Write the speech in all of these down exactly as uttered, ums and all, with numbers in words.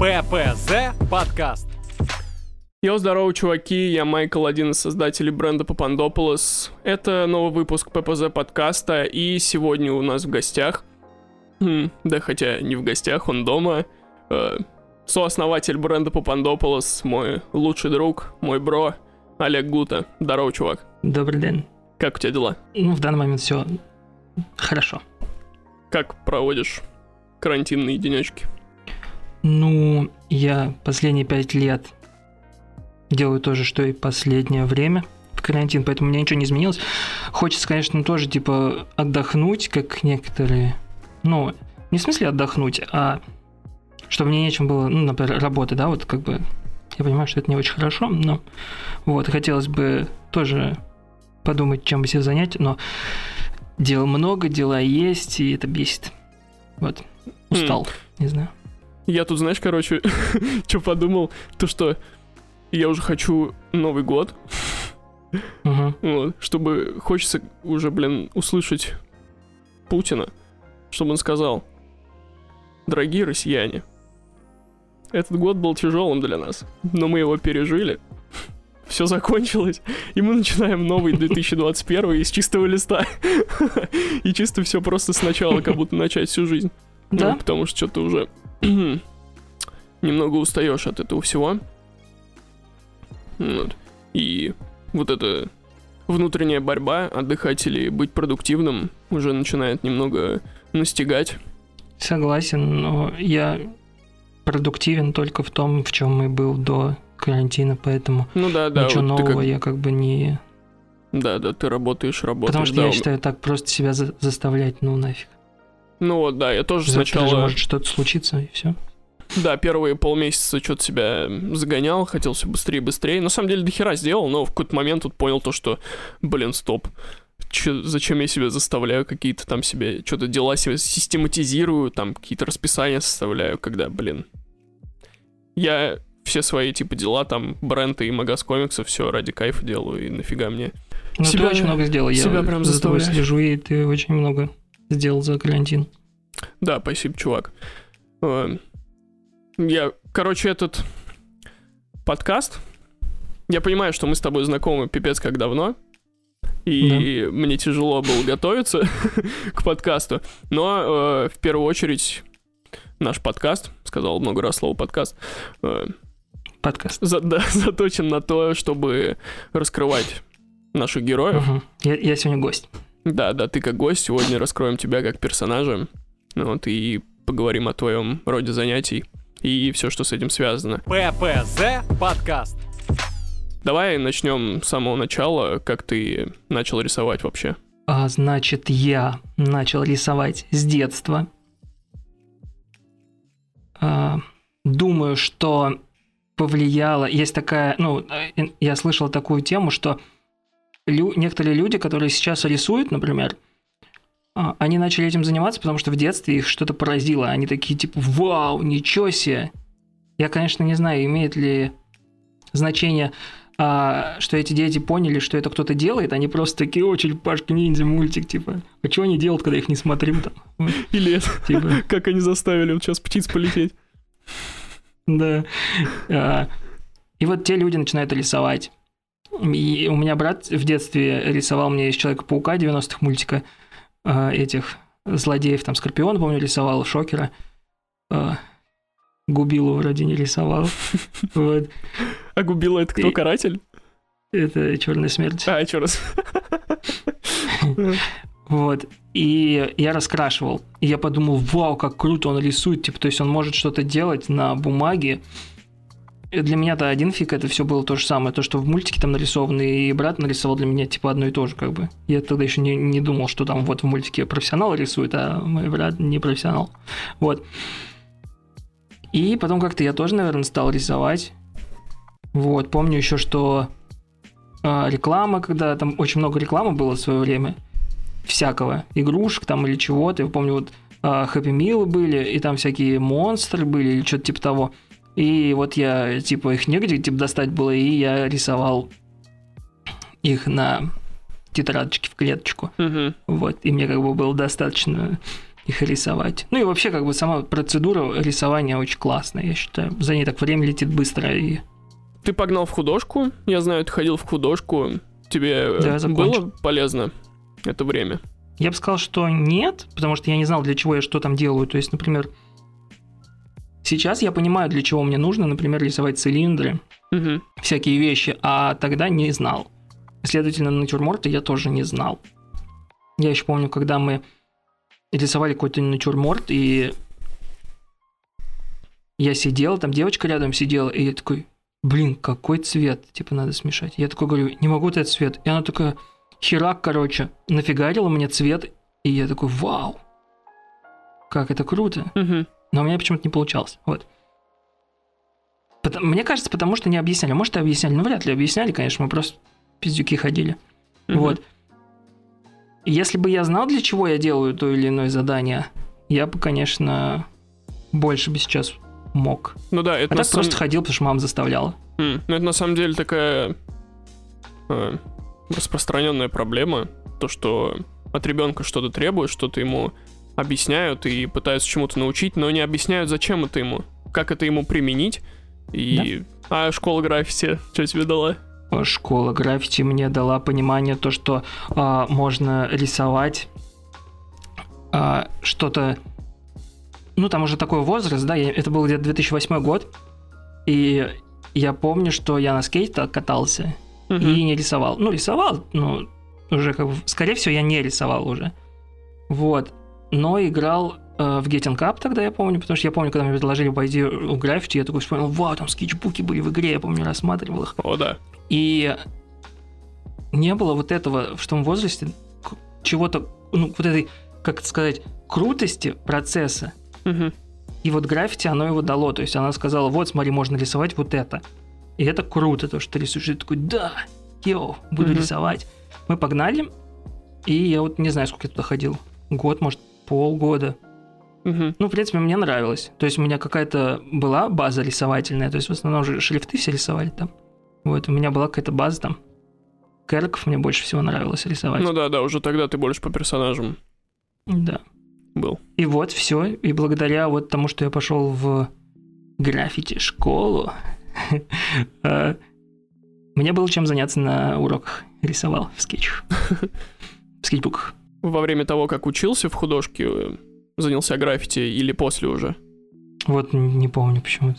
пэ пэ зэ подкаст. Йоу, здорово, чуваки, я Майкл, один из создателей бренда Papandopolis. Это новый выпуск пэ пэ зэ подкаста, и сегодня у нас в гостях, хм, да хотя не в гостях, он дома, э, сооснователь бренда Papandopolis, мой лучший друг, мой бро, Олег Гута. Здорово, чувак. Добрый день. Как у тебя дела? Ну, в данный момент все хорошо. Как проводишь карантинные денечки? Ну, я последние пять лет делаю то же, что и последнее время в карантин, поэтому у меня ничего не изменилось. Хочется, конечно, тоже, типа, отдохнуть, как некоторые. Ну, не в смысле отдохнуть, а чтобы мне нечем было, ну, например, работать, да, вот как бы. Я понимаю, что это не очень хорошо, но вот, хотелось бы тоже подумать, чем бы себя занять, но дел много, дела есть, и это бесит. Вот, устал, mm. не знаю. Я тут, знаешь, короче, что подумал, то что я уже хочу Новый год, uh-huh. вот, чтобы хочется уже, блин, услышать Путина, чтобы он сказал: дорогие россияне, этот год был тяжелым для нас, но мы его пережили, все закончилось, и мы начинаем новый две тысячи двадцать первый из чистого листа, и чисто все просто сначала, как будто начать всю жизнь. Да? Ну, потому что что-то уже немного устаешь от этого всего. Вот. И вот эта внутренняя борьба, отдыхать или быть продуктивным, уже начинает немного настигать. Согласен, но я продуктивен только в том, в чем и был до карантина, поэтому ну, да, да, ничего вот нового как... я как бы не... Да, да, ты работаешь, работаешь. Потому что да, я он... считаю, так просто себя за- заставлять, ну нафиг. Ну вот, да, я тоже Завтра сначала... же может что-то случиться, и все. Да, первые полмесяца что-то себя загонял, хотел все быстрее и быстрее. На самом деле дохера сделал, но в какой-то момент вот понял то, что, блин, стоп. Че, зачем я себя заставляю какие-то там себе, что-то дела себе систематизирую, там какие-то расписания составляю, когда, блин, я все свои типа дела, там, бренды и магаз комиксов, все ради кайфа делаю, и нафига мне ну, себя, ты очень много сделал, я себя прям за тобой заставляю. слежу, и ты очень много сделал за карантин. Да, спасибо, чувак. Я, короче, этот подкаст, я понимаю, что мы с тобой знакомы пипец как давно, и да. мне тяжело было готовиться к подкасту, но э, в первую очередь наш подкаст, сказал много раз слово подкаст, э, подкаст. За, да, заточен на то, чтобы раскрывать наших героев. Угу. Я, я сегодня гость. Да, да, ты как гость, сегодня раскроем тебя как персонажа, вот, и поговорим о твоем роде занятий и все, что с этим связано. пэ пэ зэ подкаст. Давай начнем с самого начала, как ты начал рисовать вообще. А, значит, я начал рисовать с детства. А, думаю, что повлияло... Есть такая... Ну, я слышал такую тему, что лю... некоторые люди, которые сейчас рисуют, например, они начали этим заниматься, потому что в детстве их что-то поразило. Они такие, типа, вау, ничего себе. Я, конечно, не знаю, имеет ли значение, а, что эти дети поняли, что это кто-то делает. Они просто такие: о, черепашки-ниндзя, мультик, типа. А что они делают, когда их не смотрю там? Или это, типа, как они заставили вот сейчас птиц полететь. Да. И вот те люди начинают рисовать. И у меня брат в детстве рисовал мне из Человека-паука девяностых мультика, этих злодеев, там, Скорпион, помню, рисовал, Шокера, Губилу вроде не рисовал. Вот. А Губила это кто, И... каратель? Это Черная смерть. А, еще раз. Вот. И я раскрашивал. И я подумал: вау, как круто он рисует. Типа, то есть он может что-то делать на бумаге. И для меня-то один фиг, это все было то же самое. То, что в мультике там нарисовано, и брат нарисовал, для меня типа одно и то же, как бы. Я тогда еще не, не думал, что там вот в мультике профессионал рисует, а мой брат не профессионал. Вот. И потом как-то я тоже, наверное, стал рисовать. Вот. Помню еще, что э, реклама, когда там очень много рекламы было в свое время, всякого, игрушек там или чего-то. Я помню, вот Happy Meal были, и там всякие монстры были, или что-то типа того. И вот я, типа, их негде типа достать было, и я рисовал их на тетрадочке в клеточку. Uh-huh. Вот, и мне как бы было достаточно их рисовать. Ну и вообще, как бы сама процедура рисования очень классная, я считаю. За ней так время летит быстро. И... Ты погнал в художку, я знаю, ты ходил в художку. Тебе да, было полезно это время? Я бы сказал, что нет, потому что я не знал, для чего я что там делаю. То есть, например, сейчас я понимаю, для чего мне нужно, например, рисовать цилиндры, угу. всякие вещи, а тогда не знал. Следовательно, натюрморты я тоже не знал. Я еще помню, когда мы рисовали какой-то натюрморт, и я сидел, там девочка рядом сидела, и я такой, блин, какой цвет, типа, надо смешать. Я такой говорю, не могу этот цвет. И она такая, херак, короче, нафигарила мне цвет, и я такой, вау, как это круто. Угу. Но у меня почему-то не получалось, вот. Мне кажется, потому что не объясняли. Может, и объясняли, ну, вряд ли объясняли, конечно, мы просто пиздюки ходили. Угу. Вот. Если бы я знал, для чего я делаю то или иное задание, я бы, конечно, больше бы сейчас мог. Ну да, это а так самом... просто ходил, потому что мама заставляла. Mm, ну это на самом деле такая э, распространенная проблема, то, что от ребенка что-то требуют, что-то ему объясняют и пытаются чему-то научить, но не объясняют, зачем это ему, как это ему применить. И... Да? А школа граффити что тебе дала? Школа граффити мне дала понимание то, что а, можно рисовать а, что-то. Ну, там уже такой возраст, да, я, это был где-то две тысячи восьмой год, и я помню, что я на скейте катался uh-huh. и не рисовал. Ну, рисовал, ну, уже как бы, скорее всего, я не рисовал уже. Вот. Но играл э, в Getting Up тогда, я помню, потому что я помню, когда мне предложили пойти в граффити, я такой вспомнил, вау, там скетчбуки были в игре, я помню, рассматривал их. О, да. И не было вот этого в том возрасте чего-то, ну, вот этой, как сказать, крутости процесса. Угу. И вот граффити, оно его дало. То есть она сказала, вот, смотри, можно рисовать вот это. И это круто, то, что ты рисуешь. И ты такой, да, йоу, буду угу. рисовать. Мы погнали, и я вот не знаю, сколько я туда ходил. Год, может, полгода. Угу. Ну, в принципе, мне нравилось. То есть у меня какая-то была база рисовательная. То есть в основном же шрифты все рисовали там. Вот, у меня была какая-то база там. Кэрков мне больше всего нравилось рисовать. Ну да, да, уже тогда ты больше по персонажам. Да. Был. И вот все. И благодаря вот тому, что я пошел в граффити-школу, мне было чем заняться на уроках. Рисовал в скетчах. В скетчбуках. Во время того, как учился в художке, занялся граффити или после уже? Вот не помню почему-то.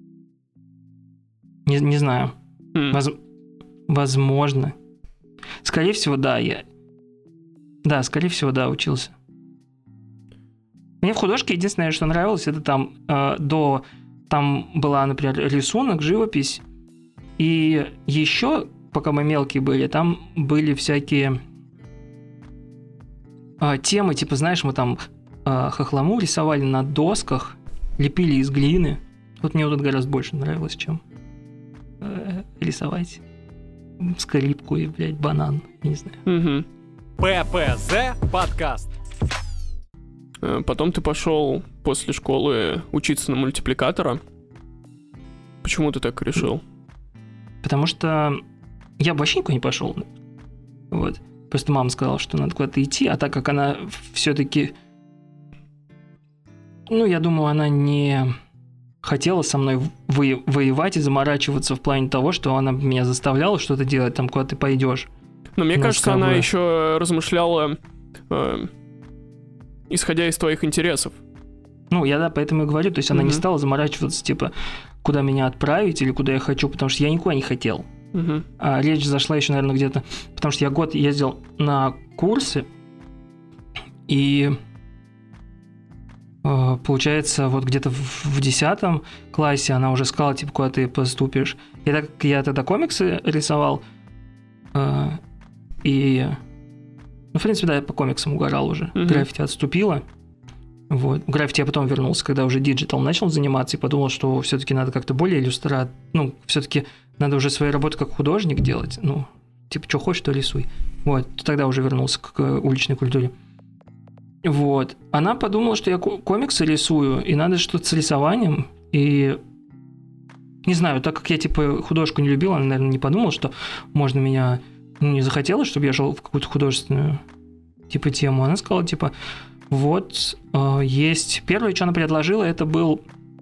Не, не знаю. Mm. Воз... Возможно. Скорее всего, да, я... Да, скорее всего, да, учился. Мне в художке единственное, что нравилось, это там э, до... Там была, например, рисунок, живопись. И еще, пока мы мелкие были, там были всякие э, темы, типа, знаешь, мы там э, хохлому рисовали на досках, лепили из глины. Вот мне вот это гораздо больше нравилось, чем э, рисовать скрипку и, блядь, банан, я не знаю. Угу. ППЗ подкаст. Потом ты пошел после школы учиться на мультипликатора. Почему ты так решил? Потому что я вообще никуда не пошел. Вот. Просто мама сказала, что надо куда-то идти, а так как она все-таки... Ну, я думаю, она не хотела со мной во- воевать и заморачиваться в плане того, что она меня заставляла что-то делать, там, куда ты пойдешь. Но мне ну, кажется, она бы... еще размышляла... Э- исходя из твоих интересов. Ну, я, да, поэтому и говорю, то есть она mm-hmm. не стала заморачиваться, типа, куда меня отправить или куда я хочу, потому что я никуда не хотел. Mm-hmm. А речь зашла еще, наверное, где-то... Потому что я год ездил на курсы, и э, получается, вот где-то в десятом классе она уже сказала, типа, куда ты поступишь. И так как я тогда комиксы рисовал, э, и... Ну, в принципе, да, я по комиксам угорал уже. Uh-huh. Граффити отступила. Вот. В граффити я потом вернулся, когда уже диджитал начал заниматься, и подумал, что все-таки надо как-то более иллюстрат... Ну, все-таки надо уже свои работы как художник делать. Ну, типа, что хочешь, то рисуй. Вот. Тогда уже вернулся к уличной культуре. Вот. Она подумала, что я комиксы рисую, и надо что-то с рисованием. И... Не знаю, так как я, типа, художку не любил, она, наверное, не подумала, что можно меня... не захотела, чтобы я шел в какую-то художественную типа тему. Она сказала, типа, вот э, есть... Первое, что она предложила, это был...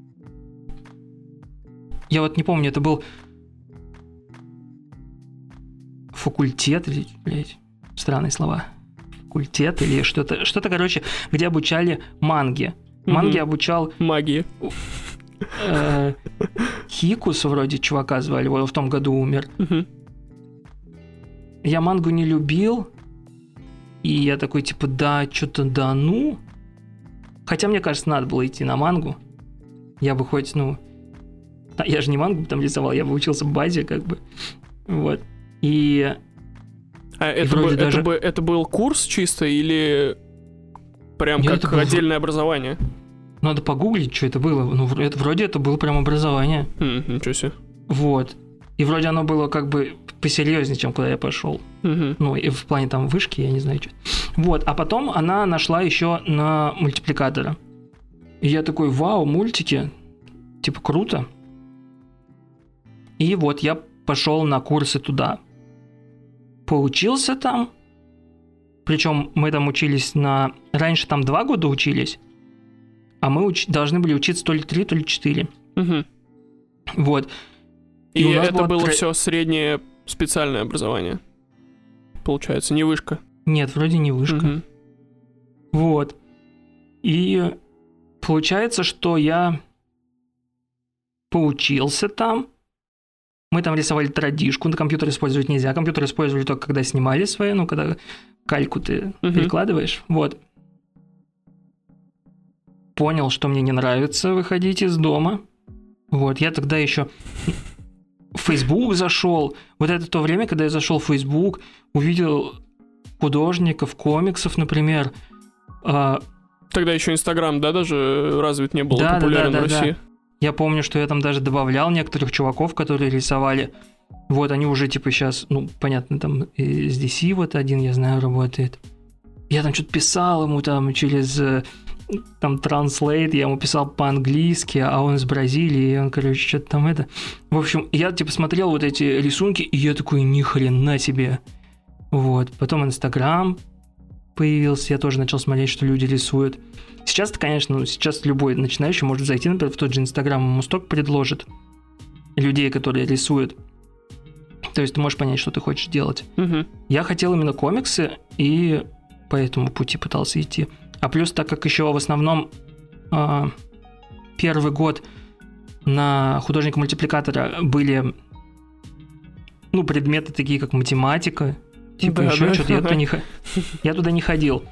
Я вот не помню, это был факультет или, блядь, странные слова. Факультет или что-то, что-то, короче, где обучали манги. Манги mm-hmm. обучал... Магии. Э, Хикус вроде чувака звали, он в том году умер. Mm-hmm. Я мангу не любил, и я такой, типа, да, что-то да ну. Хотя, мне кажется, надо было идти на мангу. Я бы хоть, ну... Я же не мангу там рисовал, я бы учился в базе, как бы. Вот. И... А это, бы, даже... это, бы, это был курс чисто или прям Нет, как отдельное был... образование? Надо погуглить, что это было. Ну, это, вроде это было прям образование. Mm, ничего себе. Вот. И вроде оно было как бы посерьезнее, чем куда я пошел. Mm-hmm. Ну, и в плане там вышки, я не знаю, что. Вот. А потом она нашла еще на мультипликатора. И я такой, вау, мультики. Типа, круто. И вот я пошел на курсы туда. Поучился там. Причем мы там учились на... Раньше там два года учились. А мы уч... должны были учиться то ли три, то ли четыре. Угу. Вот. И, И это было тр... все среднее специальное образование. Получается, не вышка. Нет, вроде не вышка. Угу. Вот. И получается, что я поучился там. Мы там рисовали традишку, на компьютер использовать нельзя. Компьютер использовали только когда снимали свои, ну, когда кальку ты uh-huh. перекладываешь. Вот. Понял, что мне не нравится выходить из дома. Вот, я тогда еще в Facebook зашел. Вот это то время, когда я зашел в Facebook, увидел художников, комиксов, например. Тогда еще Инстаграм, да, даже развит не был да, популярен да, да, в России. Да. Я помню, что я там даже добавлял некоторых чуваков, которые рисовали. Вот они уже типа сейчас, ну, понятно, там из ди си вот один, я знаю, работает. Я там что-то писал ему там через там Translate, я ему писал по-английски, а он из Бразилии, и он, короче, что-то там это... В общем, я типа смотрел вот эти рисунки, и я такой, ни хрена себе. Вот. Потом Инстаграм появился, я тоже начал смотреть, что люди рисуют. Сейчас-то, конечно, ну, сейчас любой начинающий может зайти, например, в тот же Инстаграм, ему столько предложит людей, которые рисуют. То есть ты можешь понять, что ты хочешь делать. Угу. Я хотел именно комиксы, и по этому пути пытался идти. А плюс, так как еще в основном э, первый год на художника-мультипликатора были, ну, предметы такие, как математика, типа да, еще да. что-то, я туда, не, я туда не ходил.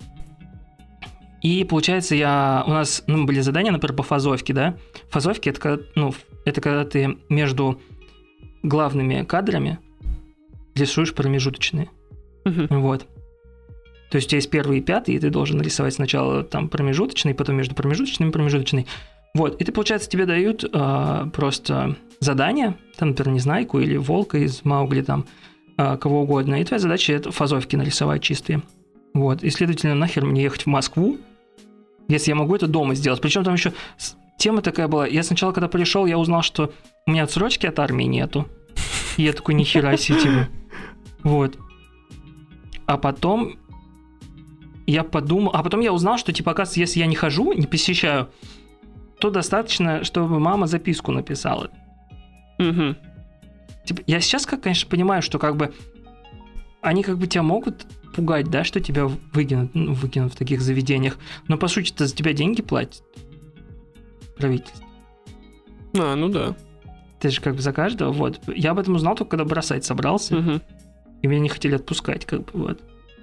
И получается, я у нас ну, были задания, например, по фазовке, да. Фазовки это когда, ну, это когда ты между главными кадрами рисуешь промежуточные. Uh-huh. Вот. То есть у тебя есть первый и пятый, и ты должен рисовать сначала там промежуточный, потом между промежуточными промежуточный. Вот. И ты, получается, тебе дают э, просто задание, там, например, Незнайку или Волка из Маугли, там, э, кого угодно. И твоя задача это фазовки нарисовать чистые. Вот. И, следовательно, нахер мне ехать в Москву, если я могу это дома сделать. Причем там еще тема такая была. Я сначала, когда пришел, я узнал, что у меня отсрочки от армии нету. И я такой, нихера себе, типа. Вот. А потом я подумал... А потом я узнал, что, типа, оказывается, если я не хожу, не посещаю, то достаточно, чтобы мама записку написала. Угу. Типа, я сейчас, как, конечно, понимаю, что, как бы, они, как бы, тебя могут пугать, да, что тебя выкинут, ну, выкинут в таких заведениях. Но, по сути-то, за тебя деньги платят правительство. А, ну да. Ты же, как бы, за каждого, вот. Я об этом узнал только, когда бросать собрался. Угу. И меня не хотели отпускать, как бы, вот.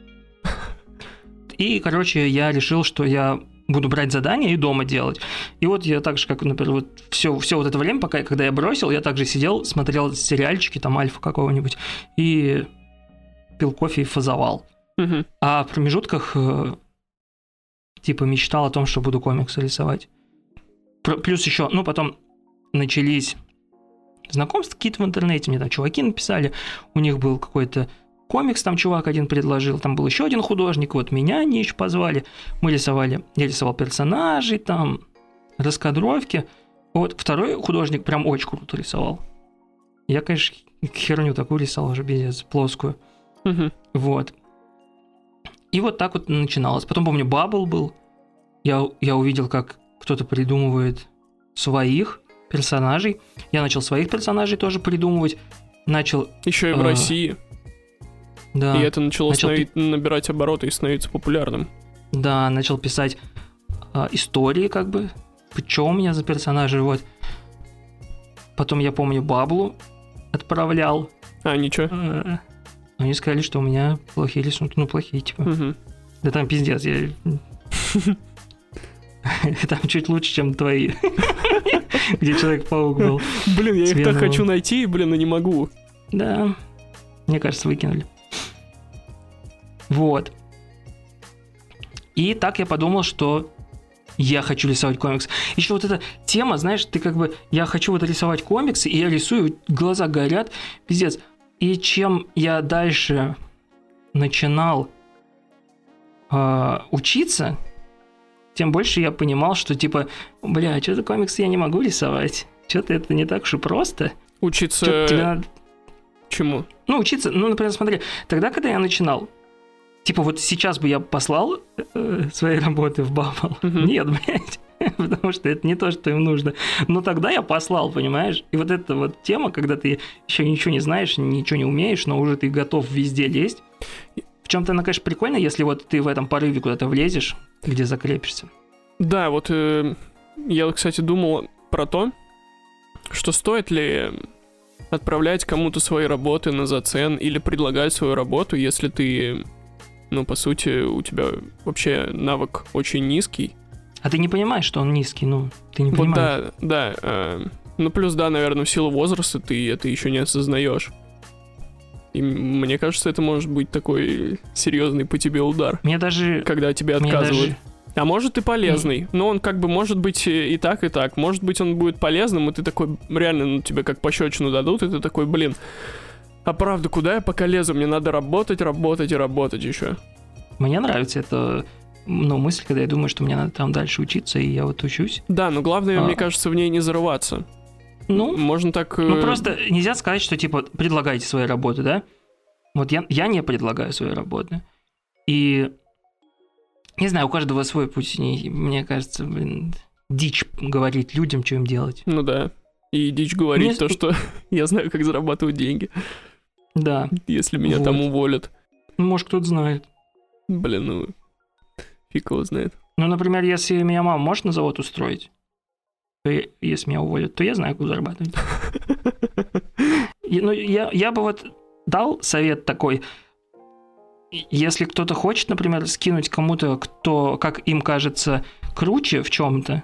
И, короче, я решил, что я буду брать задания и дома делать. И вот я так же, как, например, вот все, все вот это время, пока, когда я бросил, я также сидел, смотрел сериальчики, там, Альфа какого-нибудь, и пил кофе и фазовал. Угу. А в промежутках, типа, мечтал о том, что буду комиксы рисовать. Плюс еще, ну, потом начались знакомства какие-то в интернете, мне там чуваки написали, у них был какой-то комикс, там чувак один предложил, там был еще один художник, вот меня они еще позвали, мы рисовали, я рисовал персонажей, там, раскадровки, вот второй художник прям очень круто рисовал. Я, конечно, херню такую рисовал уже, пиздец, плоскую. Угу. Вот. и вот так вот начиналось. Потом, помню, Bubble был. Я, я увидел, как кто-то придумывает своих персонажей. Я начал своих персонажей тоже придумывать. Начал... Еще и в э, России. Да. И это начало Начал станови- набирать обороты и становиться популярным. Да, начал писать э, истории, как бы. Что у меня за персонажи, вот. Потом, я помню, Баблу отправлял. А, ничего. Э, Они сказали, что у меня плохие рисунки. Ну, плохие, типа. Мгм. Да там пиздец, я... Там чуть лучше, чем твои. Где Человек-паук был. Блин, я их Тебе так ну- хочу найти, блин, но не могу. Да. Мне кажется, выкинули. Вот. И так я подумал, что я хочу рисовать комикс. Еще вот эта тема, знаешь, ты как бы... Я хочу вот рисовать комиксы, и я рисую, глаза горят. Пиздец. И чем я дальше начинал э, учиться, тем больше я понимал, что типа, бля, что-то комиксы я не могу рисовать. Что-то это не так уж и просто. Учиться Что-то тебе надо... чему? Ну, учиться, ну, например, смотри, тогда, когда я начинал, типа вот сейчас бы я послал э, свои работы в Bubble. Мгм. Нет, блядь. Потому что это не то, что им нужно. Но тогда я послал, понимаешь? И вот эта вот тема, когда ты еще ничего не знаешь, ничего не умеешь, но уже ты готов везде лезть. В чем-то она, конечно, прикольно, если вот ты в этом порыве куда-то влезешь, где закрепишься. Да, вот э, я, кстати, думал про то, что стоит ли отправлять кому-то свои работы на зацен или предлагать свою работу, если ты, ну, по сути, у тебя вообще навык очень низкий. А ты не понимаешь, что он низкий, ну, ты не Вот понимаешь. да, да. э, ну, плюс, да, наверное, в силу возраста ты это еще не осознаешь. И м- мне кажется, это может быть такой серьезный по тебе удар, Мне даже... когда тебе мне отказывают. даже... А может и полезный, но он как бы может быть и и так, и так. Может быть он будет полезным, и ты такой, реально, ну, тебе как пощечину дадут, и ты такой, блин, а правда, куда я пока лезу? Мне надо работать, работать и работать еще. Мне нравится эта, ну, мысль, когда я думаю, что мне надо там дальше учиться, и я вот учусь. Да, но главное, А. мне кажется, в ней не зарываться. Ну, Можно так... ну э, просто нельзя сказать, что, типа, предлагайте свои работы, да? Вот я, я не предлагаю свои работы. И, не знаю, у каждого свой путь. И мне кажется, блин, дичь говорить людям, что им делать. Ну да. И дичь говорить Мне- то, что я знаю, как зарабатывать деньги, Да, если меня Вот. там уволят. ну, может, кто-то знает. Блин, ну... Фиг его знает. Ну, например, если меня мама может на завод устроить, то я- если меня уволят, то я знаю, как зарабатывать. И, ну, я, я бы вот дал совет такой. И- Если кто-то хочет, например, скинуть кому-то, кто, как им кажется, круче в чем-то,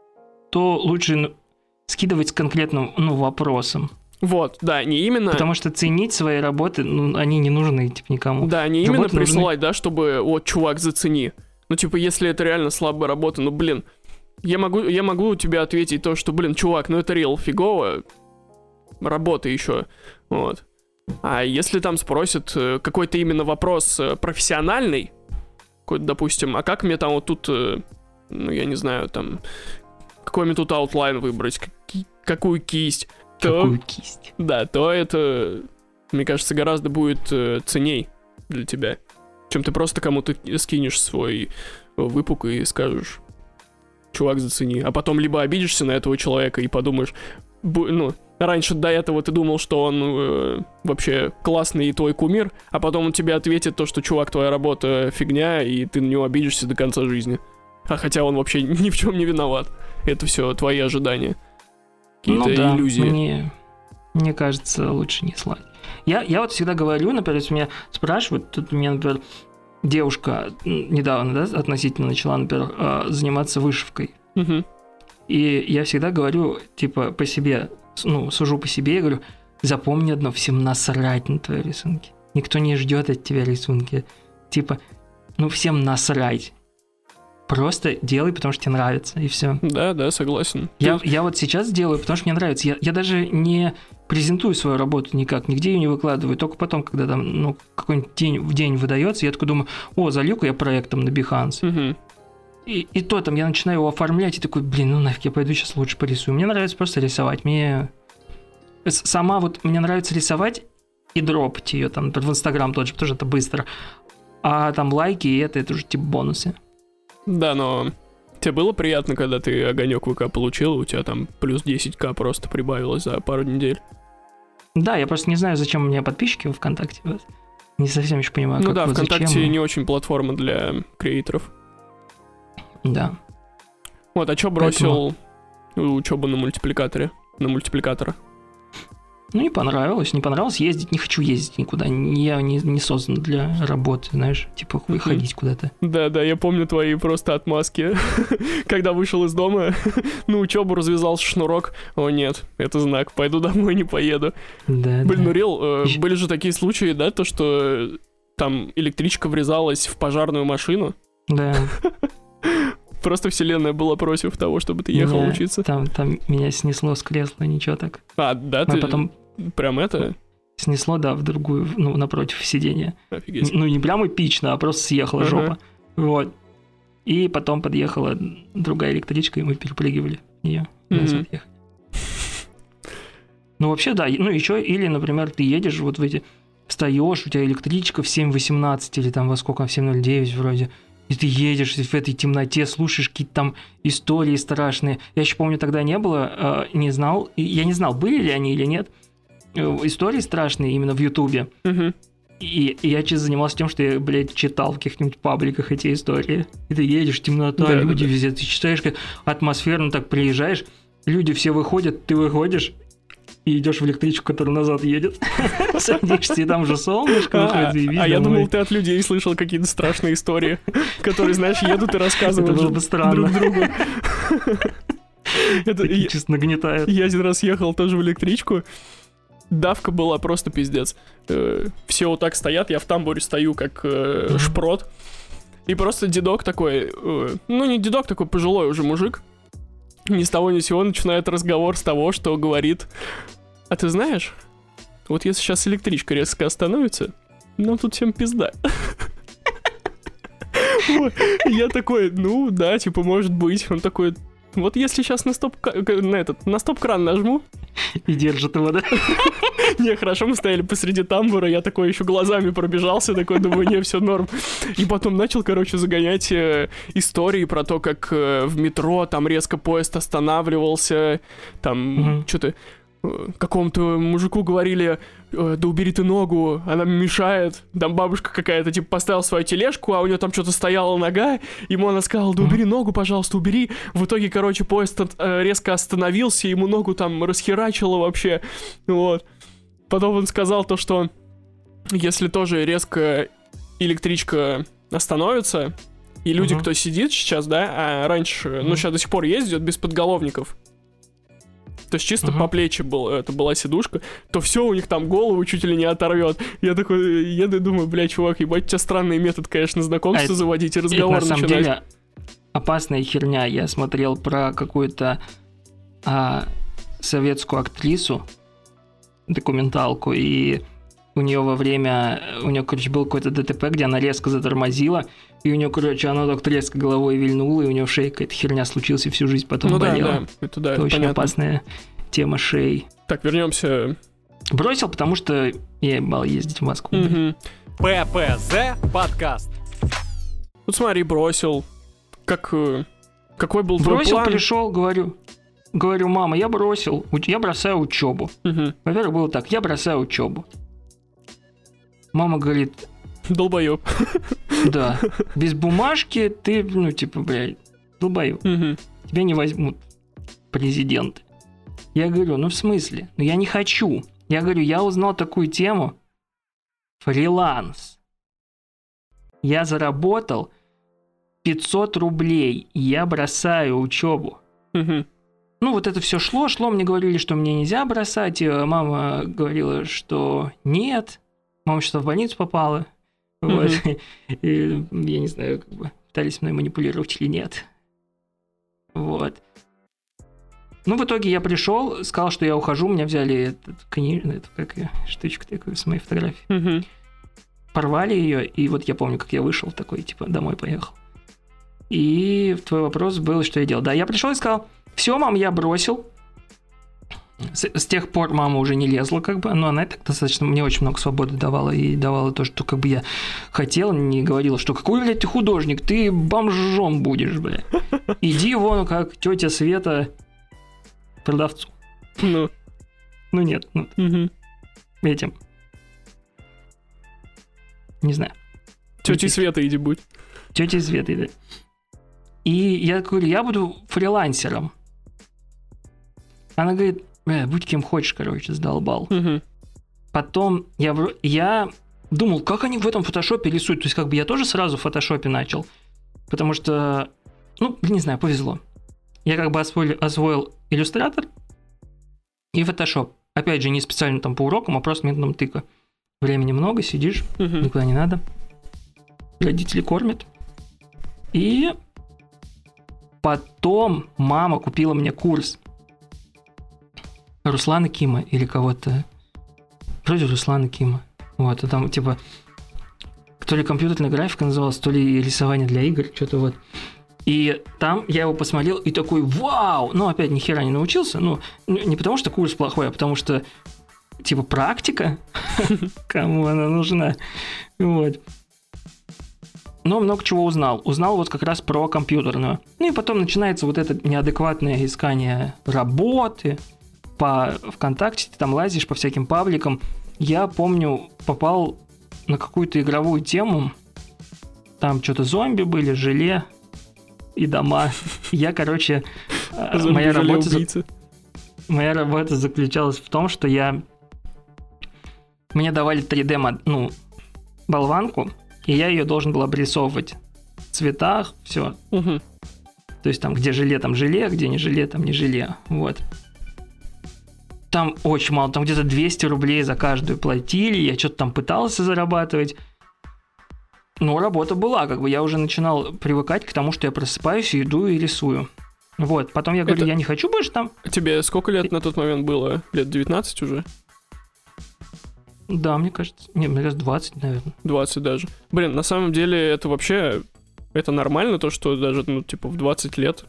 то лучше ну, скидывать с конкретным ну, вопросом. Вот, да, не именно... Потому что ценить свои работы, ну, они не нужны типа, никому. Да, не именно Работы нужны. присылать, да, чтобы, вот, чувак, зацени. Ну, типа, если это реально слабая работа, ну, блин, я могу, я могу тебе ответить то, что, блин, чувак, ну, это реал фигово, работа еще, вот. А если там спросят э, какой-то именно вопрос э, профессиональный, какой-то, допустим, а как мне там вот тут, э, ну, я не знаю, там, какой мне тут аутлайн выбрать, каки- какую кисть, то, Какую кисть. да, то это, мне кажется, гораздо будет э, ценней для тебя, чем ты просто кому-то скинешь свой выпук и скажешь, чувак, зацени. А потом либо обидишься на этого человека и подумаешь, бу- ну, раньше до этого ты думал, что он э, вообще классный и твой кумир, а потом он тебе ответит то, что, чувак, твоя работа фигня, и ты на него обидишься до конца жизни. А хотя он вообще ни в чем не виноват. Это все твои ожидания. Какие-то Ну да, иллюзии. Мне, мне кажется, лучше не слать. Я, я вот всегда говорю, например, если меня спрашивают, тут меня, например, девушка м, недавно, да, относительно начала, например, э, заниматься вышивкой. Мгм. И я всегда говорю, типа, по себе, с- ну, сужу по себе, и говорю, запомни одно, всем насрать на твои рисунки. Никто не ждет от тебя рисунки. Типа, ну, всем насрать. Просто делай, потому что тебе нравится, и все. Да, да, согласен. Я, Ты- я вот сейчас делаю, потому что мне нравится. Я, я даже не презентую свою работу никак, нигде ее не выкладываю. Только потом, когда там, ну, какой-нибудь день в день выдается, я такой думаю, о, залью-ка я проектом на Behance. Мгм. И, и то там я начинаю его оформлять, и такой, блин, ну нафиг, я пойду сейчас лучше порисую. Мне нравится просто рисовать. Мне с- сама вот, мне нравится рисовать и дропать ее там, например, в Инстаграм тот же, потому что это быстро. А там лайки и это, это уже типа бонусы. Да, но тебе было приятно, когда ты огонек ВК получил, у тебя там плюс десять тысяч просто прибавилось за пару недель? Да, я просто не знаю, зачем у меня подписчики в ВКонтакте. Не совсем еще понимаю, ну как да, вот ВКонтакте зачем. не очень платформа для креаторов. Да. Вот, а чё бросил Поэтому... учебу на мультипликаторе? На мультипликатора? Ну, не понравилось, не понравилось ездить, не хочу ездить никуда. Я не, не создан для работы, знаешь, типа выходить uh-huh. куда-то. Да-да, я помню твои просто отмазки. Когда вышел из дома, на учебу развязался шнурок. О нет, это знак, пойду домой, не поеду. Да, Блин, да. ну рел, э, были же такие случаи, да, то, что там электричка врезалась в пожарную машину. Да. Просто вселенная была против того, чтобы ты ехал меня, учиться. Там, там меня снесло с кресла, ничего так. А, да, Мы ты потом... прям это... Снесло, да, в другую, ну, напротив сиденья. Офигеть. Ну, не прямо эпично, а просто съехала Ага. жопа. Вот. И потом подъехала другая электричка, и мы перепрыгивали ее. И Мгм. назад ехали. Ну, вообще, да. Ну, еще, или, например, ты едешь вот в эти... Встаешь, у тебя электричка в семь восемнадцать или там во сколько, в семь ноль девять вроде. И ты едешь в этой темноте, слушаешь какие-то там истории страшные. Я еще помню, тогда не было, э, не знал, я не знал, были ли они или нет. Э, истории страшные именно в Ютубе. Мгм. И, и я чисто занимался тем, что я, блядь, читал в каких-нибудь пабликах эти истории. И ты едешь, темнота, Да, люди да, да. везде. Ты читаешь, как атмосферно так приезжаешь, люди все выходят, ты выходишь и идешь в электричку, которая назад едет. Садишься, и там же солнышко А, выходит, и видно. а я ой. думал, ты от людей слышал какие-то страшные истории, которые, знаешь, едут и рассказывают Это было же бы странно. друг другу. Это Такие я- чисто нагнетают. Я один раз ехал тоже в электричку. Давка была просто пиздец. Э, Все вот так стоят, я в тамбуре стою, как э, Мгм. шпрот. И просто дедок такой, э, ну не дедок, такой пожилой уже мужик, ни с того ни с сего начинает разговор с того, что говорит: а ты знаешь, вот если сейчас электричка резко остановится, нам тут всем пизда. Вот. Я такой, ну да, типа, может быть. Он такой, вот если сейчас на стоп на этот на стоп-кран нажму. И держит его, да? Не, хорошо, мы стояли посреди тамбура, я такой еще глазами пробежался, такой, думаю, не, все норм. И потом начал, короче, загонять э, истории про то, как э, в метро там резко поезд останавливался, там Мгм. что-то э, какому-то мужику говорили: э, да убери ты ногу, она мешает. Там бабушка какая-то, типа, поставила свою тележку, а у нее там что-то стояла нога, ему она сказала: да убери ногу, пожалуйста, убери. В итоге, короче, поезд от- э, резко остановился, ему ногу там расхерачило вообще, вот. Потом он сказал то, что если тоже резко электричка остановится, и люди, Мгм. кто сидит сейчас, да, а раньше, ну, Мгм. сейчас до сих пор ездят без подголовников, то есть чисто Мгм. по плечи был, это была сидушка, то все у них там голову чуть ли не оторвет. Я такой еду и думаю, бля, чувак, ебать, у тебя странный метод, конечно, знакомства А это- заводить и Это разговор на самом начинать. деле опасная херня. Я смотрел про какую-то а, советскую актрису, документалку, и у нее во время, у нее, короче, был какой-то ДТП, где она резко затормозила, и у нее, короче, она так резко головой вильнула, и у нее в шее какая-то херня случилась, и всю жизнь потом Ну да, болела. да, это да, Это это очень понятно. опасная тема шеи. Так, вернемся. Бросил, потому что я ебал ездить в Москву. Мгм. ППЗ подкаст. Вот смотри, бросил. Как, э, какой был твой Бросил, план? пришел, говорю, говорю, мама, я бросил, уч- я бросаю учебу. Мгм. Во-первых, было так, я бросаю учебу. Мама говорит, Долбоёб. да, без бумажки ты, ну, типа, блядь, долбоёб, Мгм. тебя не возьмут президенты. Я говорю, ну, в смысле? Ну, я не хочу. Я говорю, я узнал такую тему. Фриланс. Я заработал пятьсот рублей, и я бросаю учебу. Мгм. Ну, вот это все шло, шло, мне говорили, что мне нельзя бросать, и мама говорила, что нет, мама что-то в больницу попала, вот, и, я не знаю, как бы, пытались мной манипулировать или нет, вот. Ну, в итоге я пришел, сказал, что я ухожу, меня взяли этот, книжку, эту, как её, штучку такую с моей фотографией, Мгм. порвали ее, и вот я помню, как я вышел такой, типа, домой поехал. И твой вопрос был, что я делал. Да, я пришел и сказал, все, мам, я бросил. С, с тех пор мама уже не лезла, как бы, но она и так достаточно, мне очень много свободы давала, и давала то, что как бы я хотел, не говорила, что какой, блядь, ты художник, ты бомжом будешь, блядь. Иди вон, как тетя Света продавцу. Ну. Ну нет, ну, Угу. этим. Не знаю. Тетей Света иди будь. Тетя Света, да. И я говорю, я буду фрилансером. Она говорит, бля, будь кем хочешь, короче, задолбал. Угу. Потом я, вро- я думал, как они в этом фотошопе рисуют. То есть, как бы я тоже сразу в фотошопе начал. Потому что, ну, не знаю, повезло. Я как бы освоил, освоил иллюстратор и фотошоп. Опять же, не специально там по урокам, а просто методом тыка. Времени много, сидишь, Угу. никуда не надо. Родители кормят. И потом мама купила мне курс Руслана Кима или кого-то. Вроде Руслана Кима. Вот, а там типа то ли компьютерная графика называлась, то ли рисование для игр, что-то вот. И там я его посмотрел и такой, вау! Ну, опять ни хера не научился. Ну, не потому что курс плохой, а потому что типа практика, кому она нужна. Вот. Но много чего узнал. Узнал вот как раз про компьютерную. Ну и потом начинается вот это неадекватное искание работы. По ВКонтакте ты там лазишь по всяким пабликам. Я помню, попал на какую-то игровую тему. Там что-то зомби были, желе и дома. Я, короче, моя работа, моя работа заключалась в том, что я... Мне давали три дэ ну, болванку, и я ее должен был обрисовывать в цветах, все. Угу. То есть там, где желе, там желе, где не желе, там не желе. Вот. Там очень мало, там где-то двести рублей за каждую платили, я что-то там пытался зарабатывать. Но работа была, как бы я уже начинал привыкать к тому, что я просыпаюсь, иду и рисую. Вот, потом я говорю, Это... я не хочу больше там. Тебе сколько лет на тот момент было? Лет девятнадцать уже? Да, мне кажется. Не, мне кажется, двадцать, наверное. двадцать даже. Блин, на самом деле это вообще... Это нормально, то, что даже, ну, типа, в двадцать лет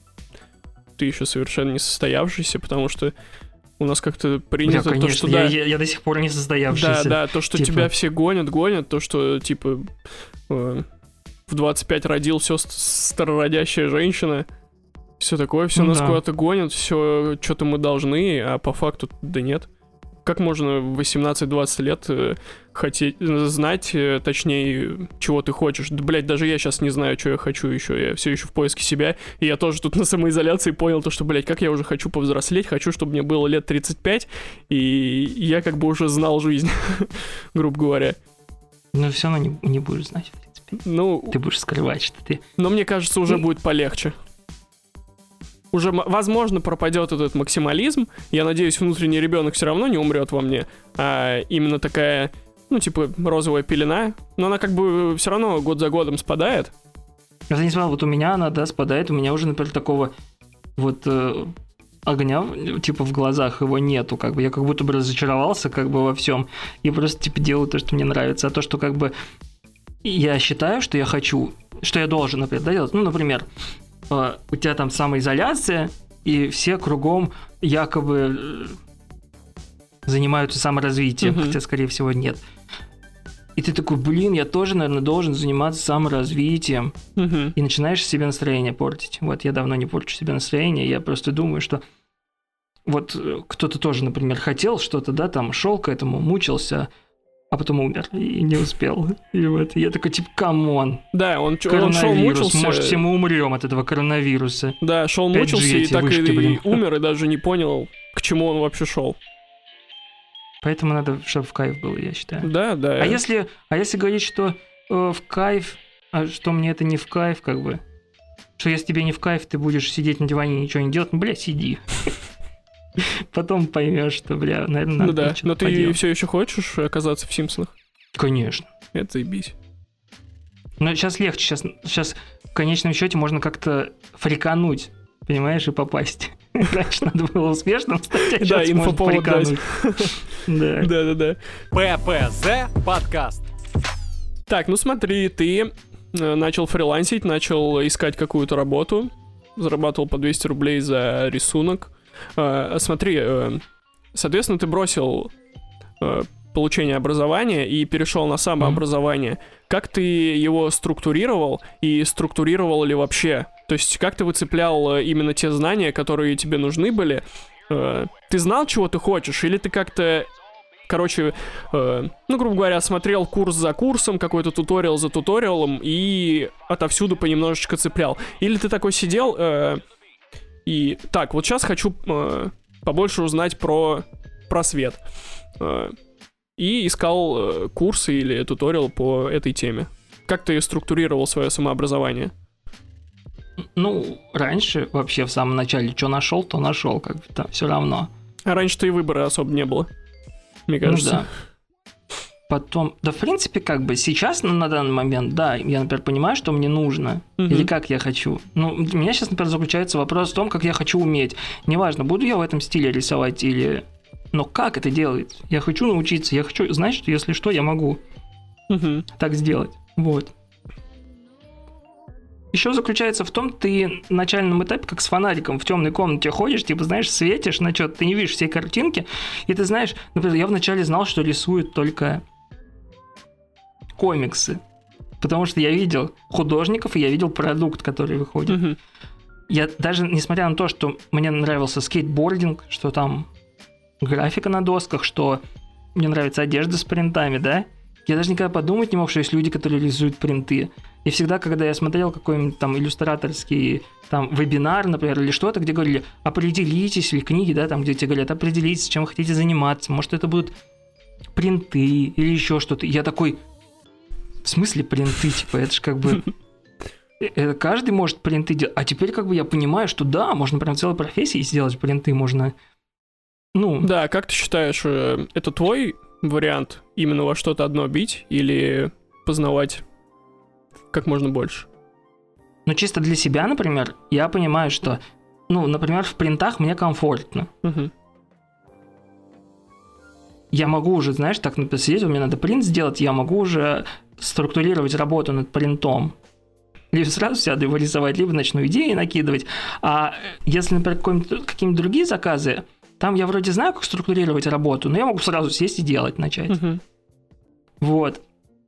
ты еще совершенно не состоявшийся, потому что у нас как-то принято Бля, то, что... я, да, я, я до сих пор не состоявшийся. Да, да, то, что типа... тебя все гонят, гонят, то, что, типа, э, в двадцать пять родил все старородящая женщина, все такое, все ну, нас да. куда-то гонят, все что-то мы должны, а по факту да нет. Как можно в восемнадцать-двадцать лет э, хотеть, знать, э, точнее, чего ты хочешь? Да, блядь, даже я сейчас не знаю, что я хочу еще. Я все еще в поиске себя. И я тоже тут на самоизоляции понял то, что, блядь, как я уже хочу повзрослеть. Хочу, чтобы мне было лет тридцать пять, и я как бы уже знал жизнь, грубо говоря. Ну, все равно не, не будешь знать, в принципе. Ну, ты будешь скрывать, что ты... Но мне кажется, уже будет полегче. Уже, возможно, пропадет этот максимализм. Я надеюсь, внутренний ребенок все равно не умрет во мне. А именно такая, ну, типа, розовая пелена. Но она как бы все равно год за годом спадает. Я не знаю, вот у меня она, да, спадает. У меня уже, например, такого вот э, огня, типа, в глазах его нету. Как бы я как будто бы разочаровался, как бы, во всем. И просто, типа, делаю то, что мне нравится. А то, что, как бы, я считаю, что я хочу, что я должен, например, да, делать. Ну, например... у тебя там самоизоляция, и все кругом якобы занимаются саморазвитием, mm-hmm. хотя, скорее всего, нет. И ты такой, блин, я тоже, наверное, должен заниматься саморазвитием. Mm-hmm. И начинаешь себе настроение портить. Вот, я давно не порчу себе настроение, я просто думаю, что вот кто-то тоже, например, хотел что-то, да, там, шел к этому, мучился, а потом умер и не успел. И вот я такой, типа, камон. Да, он, он шел, мучился. Может, все мы умрем от этого коронавируса. Да, шел, мучился и так вышки, и, и умер, и даже не понял, к чему он вообще шел. Поэтому надо, чтобы в кайф было, я считаю. Да, да. А если, а если говорить, что э, в кайф, а что мне это не в кайф, как бы, что если тебе не в кайф, ты будешь сидеть на диване и ничего не делать, ну, бля, сиди. Потом поймешь, что, бля, наверное, надо. Ну да, но ты поделать. Все еще хочешь оказаться в Симпсонах? Конечно. Это заебись. Но сейчас легче, сейчас, сейчас в конечном счете можно как-то фрикануть, понимаешь, и попасть. Раньше надо было успешным стать, а да, инфоповод дать. Да, да, да. ППЗ подкаст. Так, ну смотри, ты начал фрилансить, начал искать какую-то работу, зарабатывал по двести рублей за рисунок. Э, смотри, э, соответственно, ты бросил э, получение образования и перешел на самообразование. Mm-hmm. Как ты его структурировал и структурировал ли вообще? То есть как ты выцеплял именно те знания, которые тебе нужны были? Э, ты знал, чего ты хочешь, или ты как-то... Короче, э, ну, грубо говоря, смотрел курс за курсом, какой-то туториал за туториалом и отовсюду понемножечко цеплял. Или ты такой сидел э, и... Так, вот сейчас хочу э, побольше узнать про, про свет. Э, и искал э, курсы или туториал по этой теме. Как ты структурировал свое самообразование? Ну, раньше вообще в самом начале что нашел, то нашел, как бы там все равно. А раньше-то и выбора особо не было. Мне кажется. Ну, да. Потом, да, в принципе, как бы сейчас, на, на данный момент, да, я, например, понимаю, что мне нужно, uh-huh. или как я хочу. Ну, у меня сейчас, например, заключается вопрос в том, как я хочу уметь. Неважно, буду я в этом стиле рисовать или... Но как это делать? Я хочу научиться, я хочу знать, что если что, я могу uh-huh. так сделать. Вот. Еще заключается в том, ты на начальном этапе, как с фонариком, в темной комнате ходишь, типа, знаешь, светишь на что-то, ты не видишь всей картинки, и ты знаешь, например, я вначале знал, что рисуют только комиксы, потому что я видел художников, и я видел продукт, который выходит. Mm-hmm. Я даже, несмотря на то, что мне нравился скейтбординг, что там графика на досках, что мне нравится одежда с принтами, да, я даже никогда подумать не мог, что есть люди, которые рисуют принты. И всегда, когда я смотрел какой-нибудь там иллюстраторский там вебинар, например, или что-то, где говорили, определитесь, или книги, да, там, где тебе говорят, определитесь, чем вы хотите заниматься, может, это будут принты или еще что-то. Я такой, в смысле принты, типа, это же как бы... Это каждый может принты делать. А теперь как бы я понимаю, что да, можно прям целой профессии сделать принты, можно... Ну... Да, как ты считаешь, это твой вариант именно во что-то одно бить или познавать как можно больше? Ну, чисто для себя, например, я понимаю, что, ну, например, в принтах мне комфортно. Uh-huh. Я могу уже, знаешь, так посидеть, мне надо принт сделать, я могу уже структурировать работу над принтом. Либо сразу сяду его рисовать, либо начну идеи накидывать. А если, например, какие-нибудь другие заказы, там я вроде знаю, как структурировать работу, но я могу сразу сесть и делать, начать. Uh-huh. Вот.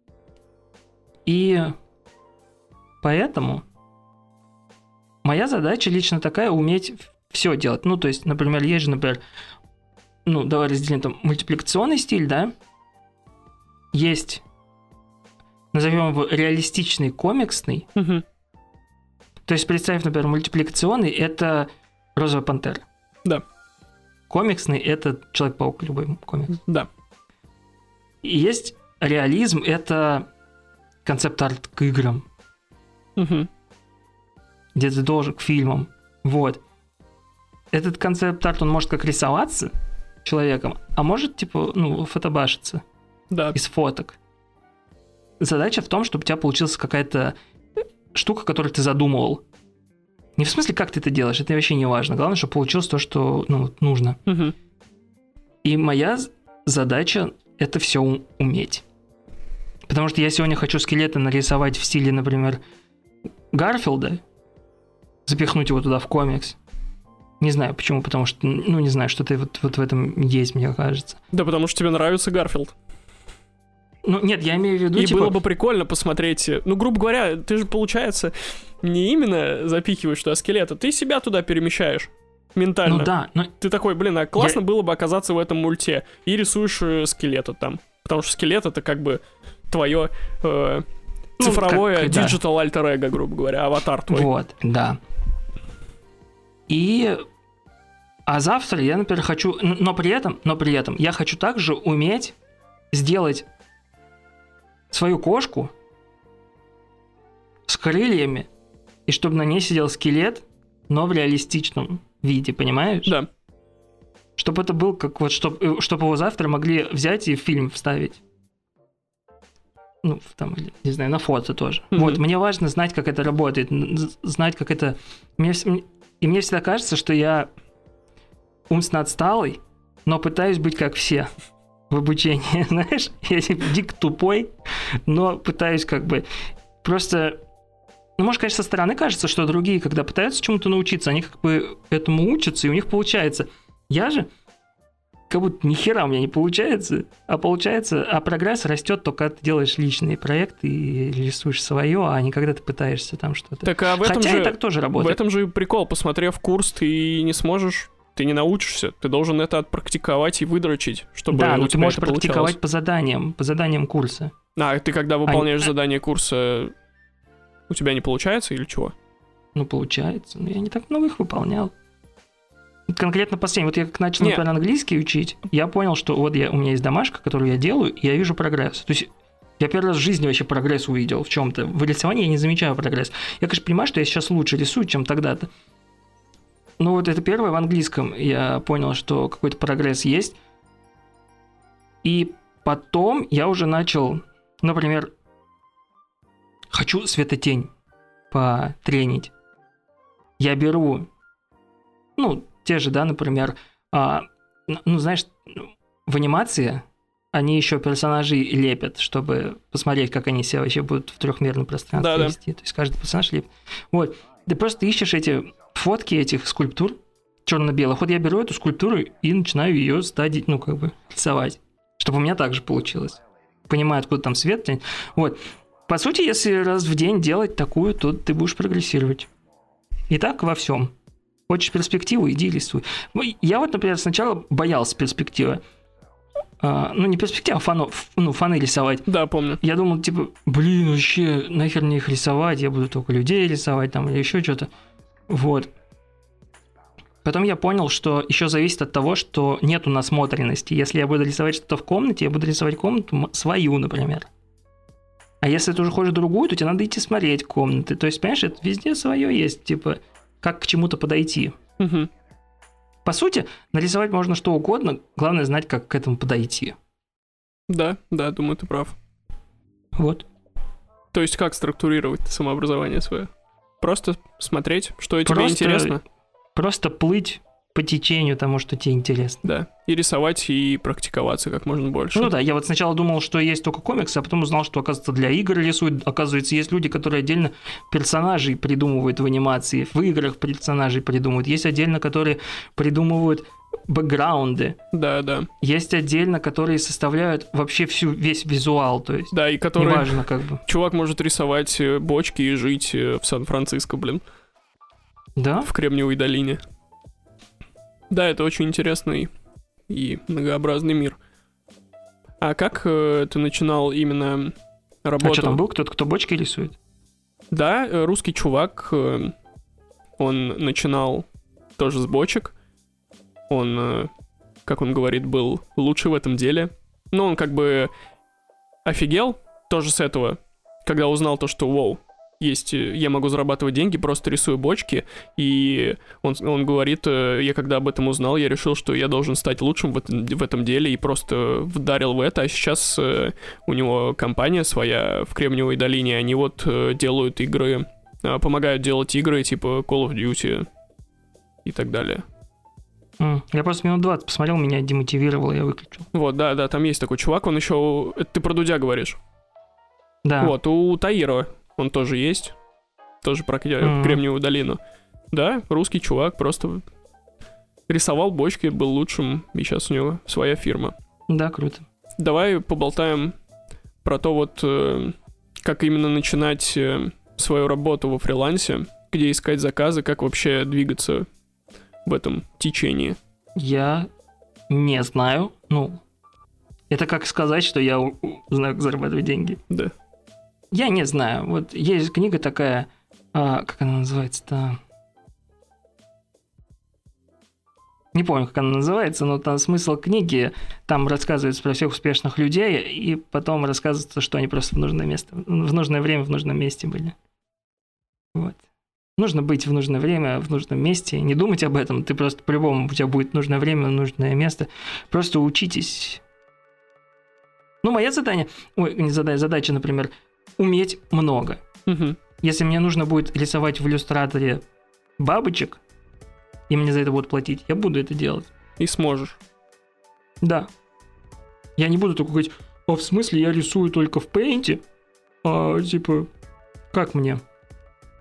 И поэтому моя задача лично такая — уметь все делать. Ну, то есть, например, есть же, например, ну, давай разделим там мультипликационный стиль, да? Есть, назовем его реалистичный, комиксный. Uh-huh. То есть, представь, например, мультипликационный — это «Розовая пантера». Да. Комиксный — это Человек-паук, любой комикс. Да. И есть реализм — это концепт-арт к играм. Угу. Где ты должен к фильмам. Вот. Этот концепт-арт, он может как рисоваться человеком, а может, типа, ну, фотобашиться. Да. Из фоток. Задача в том, чтобы у тебя получилась какая-то штука, которую ты задумывал. Не в смысле, как ты это делаешь, это вообще не важно. Главное, чтобы получилось то, что, ну, нужно. Угу. И моя задача — это все уметь. Потому что я сегодня хочу скелеты нарисовать в стиле, например, Гарфилда, запихнуть его туда в комикс. Не знаю почему, потому что, ну, не знаю, что-то вот, вот в этом есть, мне кажется. Да, потому что тебе нравится Гарфилд. Ну, нет, я имею в виду, И типа... было бы прикольно посмотреть... Ну, грубо говоря, ты же, получается, не именно запихиваешь туда скелета, ты себя туда перемещаешь ментально. Ну да, но... Ты такой, блин, а классно я... было бы оказаться в этом мульте. И рисуешь э, скелета там. Потому что скелет — это как бы твое э, цифровое ну, как, digital да. alter ego, грубо говоря, аватар твой. Вот, да. И... А завтра я, например, хочу... Но при этом, но при этом я хочу также уметь сделать свою кошку с крыльями, и чтобы на ней сидел скелет, но в реалистичном виде, понимаешь? Да. Чтобы это был как вот, чтобы, чтобы его завтра могли взять и в фильм вставить. Ну, там, не знаю, на фото тоже. Mm-hmm. Вот, мне важно знать, как это работает, знать, как это... Мне... И мне всегда кажется, что я умственно отсталый, но пытаюсь быть как все в обучении, знаешь? Я дико тупой, но пытаюсь как бы... Просто Ну, может, конечно, со стороны кажется, что другие, когда пытаются чему-то научиться, они как бы этому учатся, и у них получается. Я же как будто ни хера у меня не получается, а получается, а прогресс растет только когда ты делаешь личные проекты и рисуешь свое, а не когда ты пытаешься там что-то. Так, а в этом Хотя же, и так тоже работает. В этом же прикол. Посмотрев курс, ты не сможешь, ты не научишься. Ты должен это отпрактиковать и выдрочить, чтобы да, у но тебя ты можешь это практиковать получалось. по заданиям, по заданиям курса. А, ты когда выполняешь а... задание курса, у тебя не получается или чего? Ну, получается. Но я не так много их выполнял. Конкретно последний. Вот я как начал, Не. например, английский учить, я понял, что вот я, у меня есть домашка, которую я делаю, и я вижу прогресс. То есть я первый раз в жизни вообще прогресс увидел в чем-то. В рисовании я не замечаю прогресс. Я, конечно, понимаю, что я сейчас лучше рисую, чем тогда-то. Ну, вот это первое в английском. Я понял, что какой-то прогресс есть. И потом я уже начал, например, хочу светотень потренить. Я беру, ну, те же, да, например, а, ну, знаешь, в анимации они еще персонажей лепят, чтобы посмотреть, как они себя вообще будут в трехмерном пространстве Да-да. вести. То есть каждый персонаж лепит. Вот. Ты просто ищешь эти фотки этих скульптур черно-белых. Вот я беру эту скульптуру и начинаю ее стадить, ну, как бы, рисовать. Чтобы у меня так же получилось. Понимаю, откуда там свет тянет. Вот. По сути, если раз в день делать такую, то ты будешь прогрессировать. И так во всем. Хочешь перспективу, иди рисуй. Ну, я вот, например, сначала боялся перспективы. А, ну, не перспектива, а фану, ну, фаны рисовать. Да, помню. Я думал, типа, блин, вообще, нахер мне их рисовать, я буду только людей рисовать там или еще что-то. Вот. Потом я понял, что еще зависит от того, что нету насмотренности. Если я буду рисовать что-то в комнате, я буду рисовать комнату свою, например. А если ты уже хочешь другую, то тебе надо идти смотреть комнаты. То есть, понимаешь, это везде свое есть, типа, как к чему-то подойти. Угу. По сути, нарисовать можно что угодно, главное знать, как к этому подойти. Да, да, думаю, ты прав. Вот. То есть как структурировать самообразование свое? Просто смотреть, что тебе Просто- интересно, Просто плыть по течению тому, что тебе интересно. да, и рисовать, и практиковаться как можно больше. Ну да, я вот сначала думал, что есть только комиксы, а потом узнал, что, оказывается, для игр рисуют. Оказывается, есть люди, которые отдельно персонажей придумывают в анимации, в играх персонажей придумывают. Есть отдельно, которые придумывают бэкграунды. Да, да. Есть отдельно, которые составляют вообще всю, весь визуал, то есть Да, и который... неважно как бы. Чувак может рисовать э, бочки и жить э, в Сан-Франциско, блин, Да? в Кремниевой долине. Да, это очень интересный и многообразный мир. А как э, ты начинал именно работу? А что там был кто-то, кто бочки рисует? Да, э, русский чувак, э, он начинал тоже с бочек. Он, э, как он говорит, был лучший в этом деле. Но он как бы офигел тоже с этого, когда узнал то, что, вау, есть, э, я могу зарабатывать деньги, просто рисую бочки. И он, он говорит, э, я когда об этом узнал, я решил, что я должен стать лучшим в этом, в этом деле, и просто вдарил в это. А сейчас э, у него компания своя в Кремниевой долине, они вот э, делают игры, э, помогают делать игры типа Call of Duty и так далее. М, Я просто минут двадцать посмотрел, меня демотивировало, я выключил. Вот, да, да, там есть такой чувак, он еще... Это ты про Дудя говоришь? Да. Вот, у Таирова он тоже есть. Тоже про Кре- Мгм. Кремниевую долину. Да, русский чувак, просто рисовал бочки, был лучшим, и сейчас у него своя фирма. Да, круто. Давай поболтаем про то вот, э, как именно начинать э, свою работу во фрилансе, где искать заказы, как вообще двигаться в этом течении. Я не знаю. Ну, это как сказать, что я у- у- знаю, как зарабатывать деньги. Да. Я не знаю. Вот есть книга такая, а, как она называется-то? Не помню, как она называется, но там смысл книги, там рассказывается про всех успешных людей, и потом рассказывается, что они просто в нужное место, в нужное время, в нужном месте были. Вот. Нужно быть в нужное время, в нужном месте, не думать об этом, ты просто по-любому, у тебя будет нужное время, нужное место, просто учитесь. Ну, моя задание, ой, не задача, задача, например, уметь много. Мгм. Если мне нужно будет рисовать в иллюстраторе бабочек, и мне за это будут платить, я буду это делать. И сможешь. Да. Я не буду только говорить, а в смысле я рисую только в Paint? А, типа, как мне?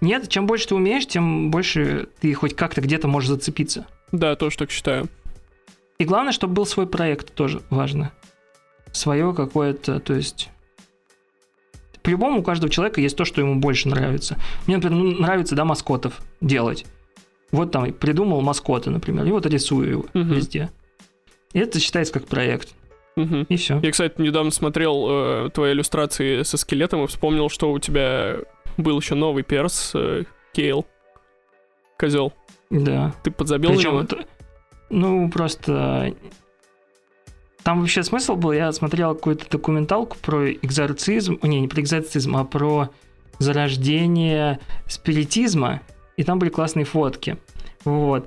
Нет, чем больше ты умеешь, тем больше ты хоть как-то где-то можешь зацепиться. Да, тоже так считаю. И главное, чтобы был свой проект, тоже важно. Свое какое-то, то есть... По-любому у каждого человека есть то, что ему больше нравится. Мне, например, нравится, да, маскотов делать. Вот там придумал маскота, например, и вот рисую его uh-huh. везде. И это считается как проект. Uh-huh. И все. Я, кстати, недавно смотрел э, твои иллюстрации со скелетом и вспомнил, что у тебя был еще новый перс, э, Кейл. Козел. Да. Ты подзабил Причем на него? Это, ну, просто... Там вообще смысл был, я смотрел какую-то документалку про экзорцизм, не, не про экзорцизм, а про зарождение спиритизма, и там были классные фотки. Вот.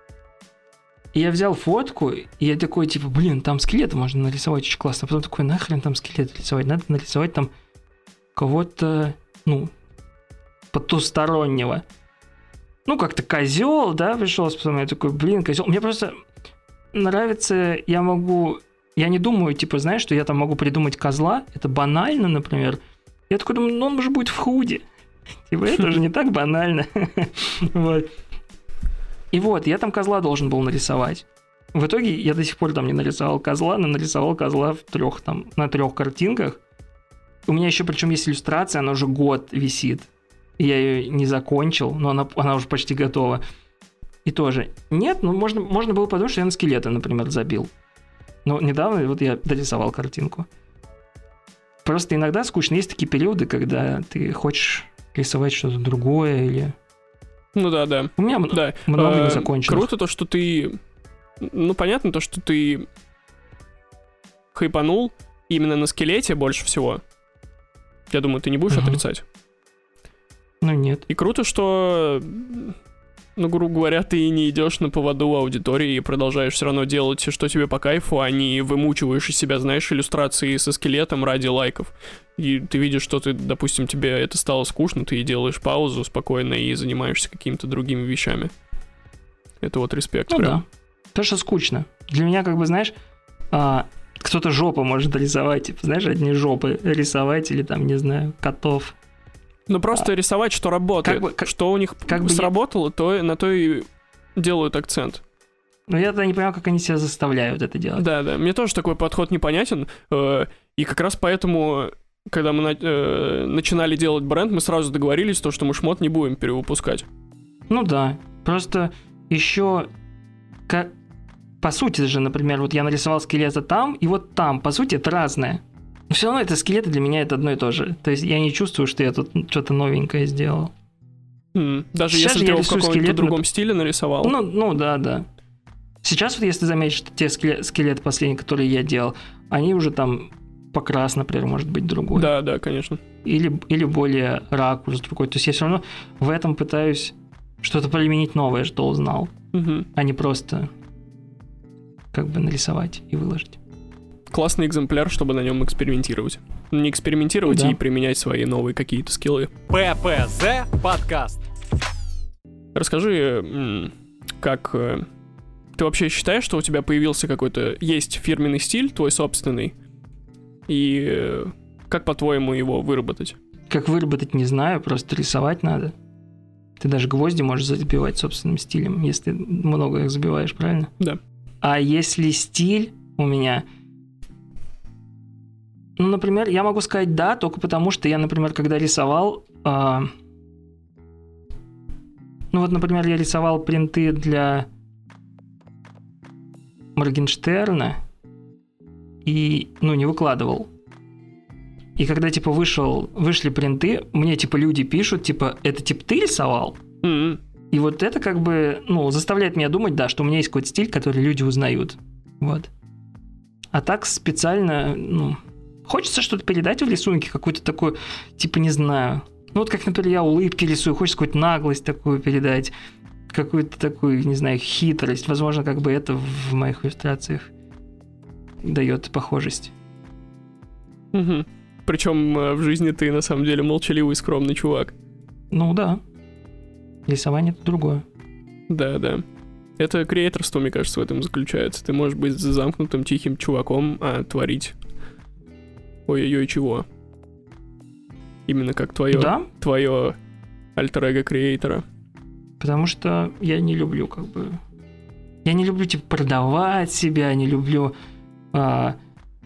И я взял фотку, и я такой, типа, блин, там скелеты можно нарисовать очень классно. А потом такой, нахрен там скелет рисовать? Надо нарисовать там кого-то, ну, потустороннего. Ну, как-то козел, да, пришел, потом я такой, блин, козел. Мне просто нравится, я могу... Я не думаю, типа, знаешь, что я там могу придумать козла, это банально, например. Я такой думаю, ну он же будет в худи. Типа, это же не так банально. Вот. И вот, я там козла должен был нарисовать. В итоге я до сих пор там не нарисовал козла, но нарисовал козла в трех, там, на трех картинках. У меня еще, причем, есть иллюстрация, она уже год висит. Я ее не закончил, но она, она уже почти готова. И тоже. Нет, ну можно, можно было подумать, что я на скелеты, например, забил. Но недавно вот я дорисовал картинку. Просто иногда скучно. Есть такие периоды, когда ты хочешь рисовать что-то другое или... Ну да, да. У меня да. много а, незаконченных. Круто то, что ты... Ну, понятно то, что ты хайпанул именно на скелете больше всего. Я думаю, ты не будешь угу. отрицать. Ну нет. И круто, что... Ну, грубо говоря, ты не идешь на поводу аудитории и продолжаешь все равно делать, что тебе по кайфу, а не вымучиваешь из себя, знаешь, иллюстрации со скелетом ради лайков. И ты видишь, что ты, допустим, тебе это стало скучно, ты делаешь паузу спокойно и занимаешься какими-то другими вещами. Это вот респект. Ну прям. да. Потому что скучно. Для меня, как бы, знаешь, а, кто-то жопу может рисовать, типа, знаешь, одни жопы рисовать или там, не знаю, котов. Ну, просто а, рисовать, что работает. Как бы, как, что у них как сработало, я... то на то и делают акцент. Ну, я-то не понимаю, как они себя заставляют это делать. Да, да. Мне тоже такой подход непонятен. Э, и как раз поэтому, когда мы на, э, начинали делать бренд, мы сразу договорились, то, что мы шмот не будем перевыпускать. Ну да. Просто еще... Как... По сути же, например, вот я нарисовал скелета там, и вот там. По сути, это разное. Но все равно это скелеты для меня это одно и то же. То есть я не чувствую, что я тут что-то новенькое сделал. Mm, даже Сейчас если ты его в каком-то скелет, другом нап... стиле нарисовал? Ну, ну да, да. Сейчас вот если заметить, что те скелет, скелеты последние, которые я делал, они уже там покрас, например, может быть другой. Да, да, конечно. Или, или более ракурс другой. То есть я все равно в этом пытаюсь что-то применить новое, что узнал. Mm-hmm. А не просто как бы нарисовать и выложить. Классный экземпляр, чтобы на нем экспериментировать. Не экспериментировать да. и применять свои новые какие-то скиллы. ППЗ подкаст. Расскажи, как ты вообще считаешь, что у тебя появился какой-то есть фирменный стиль, твой собственный, и как, по-твоему, его выработать? Как выработать, не знаю, просто рисовать надо. Ты даже гвозди можешь забивать собственным стилем, если много их забиваешь, правильно? Да. А если стиль у меня... Ну, например, я могу сказать да, только потому что я, например, когда рисовал... Э, ну вот, например, я рисовал принты для Моргенштерна и, ну, не выкладывал. И когда, типа, вышел, вышли принты, мне, типа, люди пишут, типа, это, типа, ты рисовал? Mm-hmm. И вот это, как бы, ну, заставляет меня думать, да, что у меня есть какой-то стиль, который люди узнают. Вот. А так специально, ну... Хочется что-то передать в рисунке, какую-то такую, типа, не знаю. Ну, вот как, например, я улыбки рисую, хочется какую-то наглость такую передать, какую-то такую, не знаю, хитрость. Возможно, как бы это в моих иллюстрациях дает похожесть. Угу. Причем в жизни ты, на самом деле, молчаливый, скромный чувак. Ну, да. Рисование — это другое. Да, да. Это креаторство, мне кажется, в этом заключается. Ты можешь быть замкнутым, тихим чуваком, а творить... Ой-ой-ой, чего? Именно как твое, да? твое альтер-эго креатора? Потому что я не люблю, как бы... Я не люблю, типа, продавать себя, не люблю... А...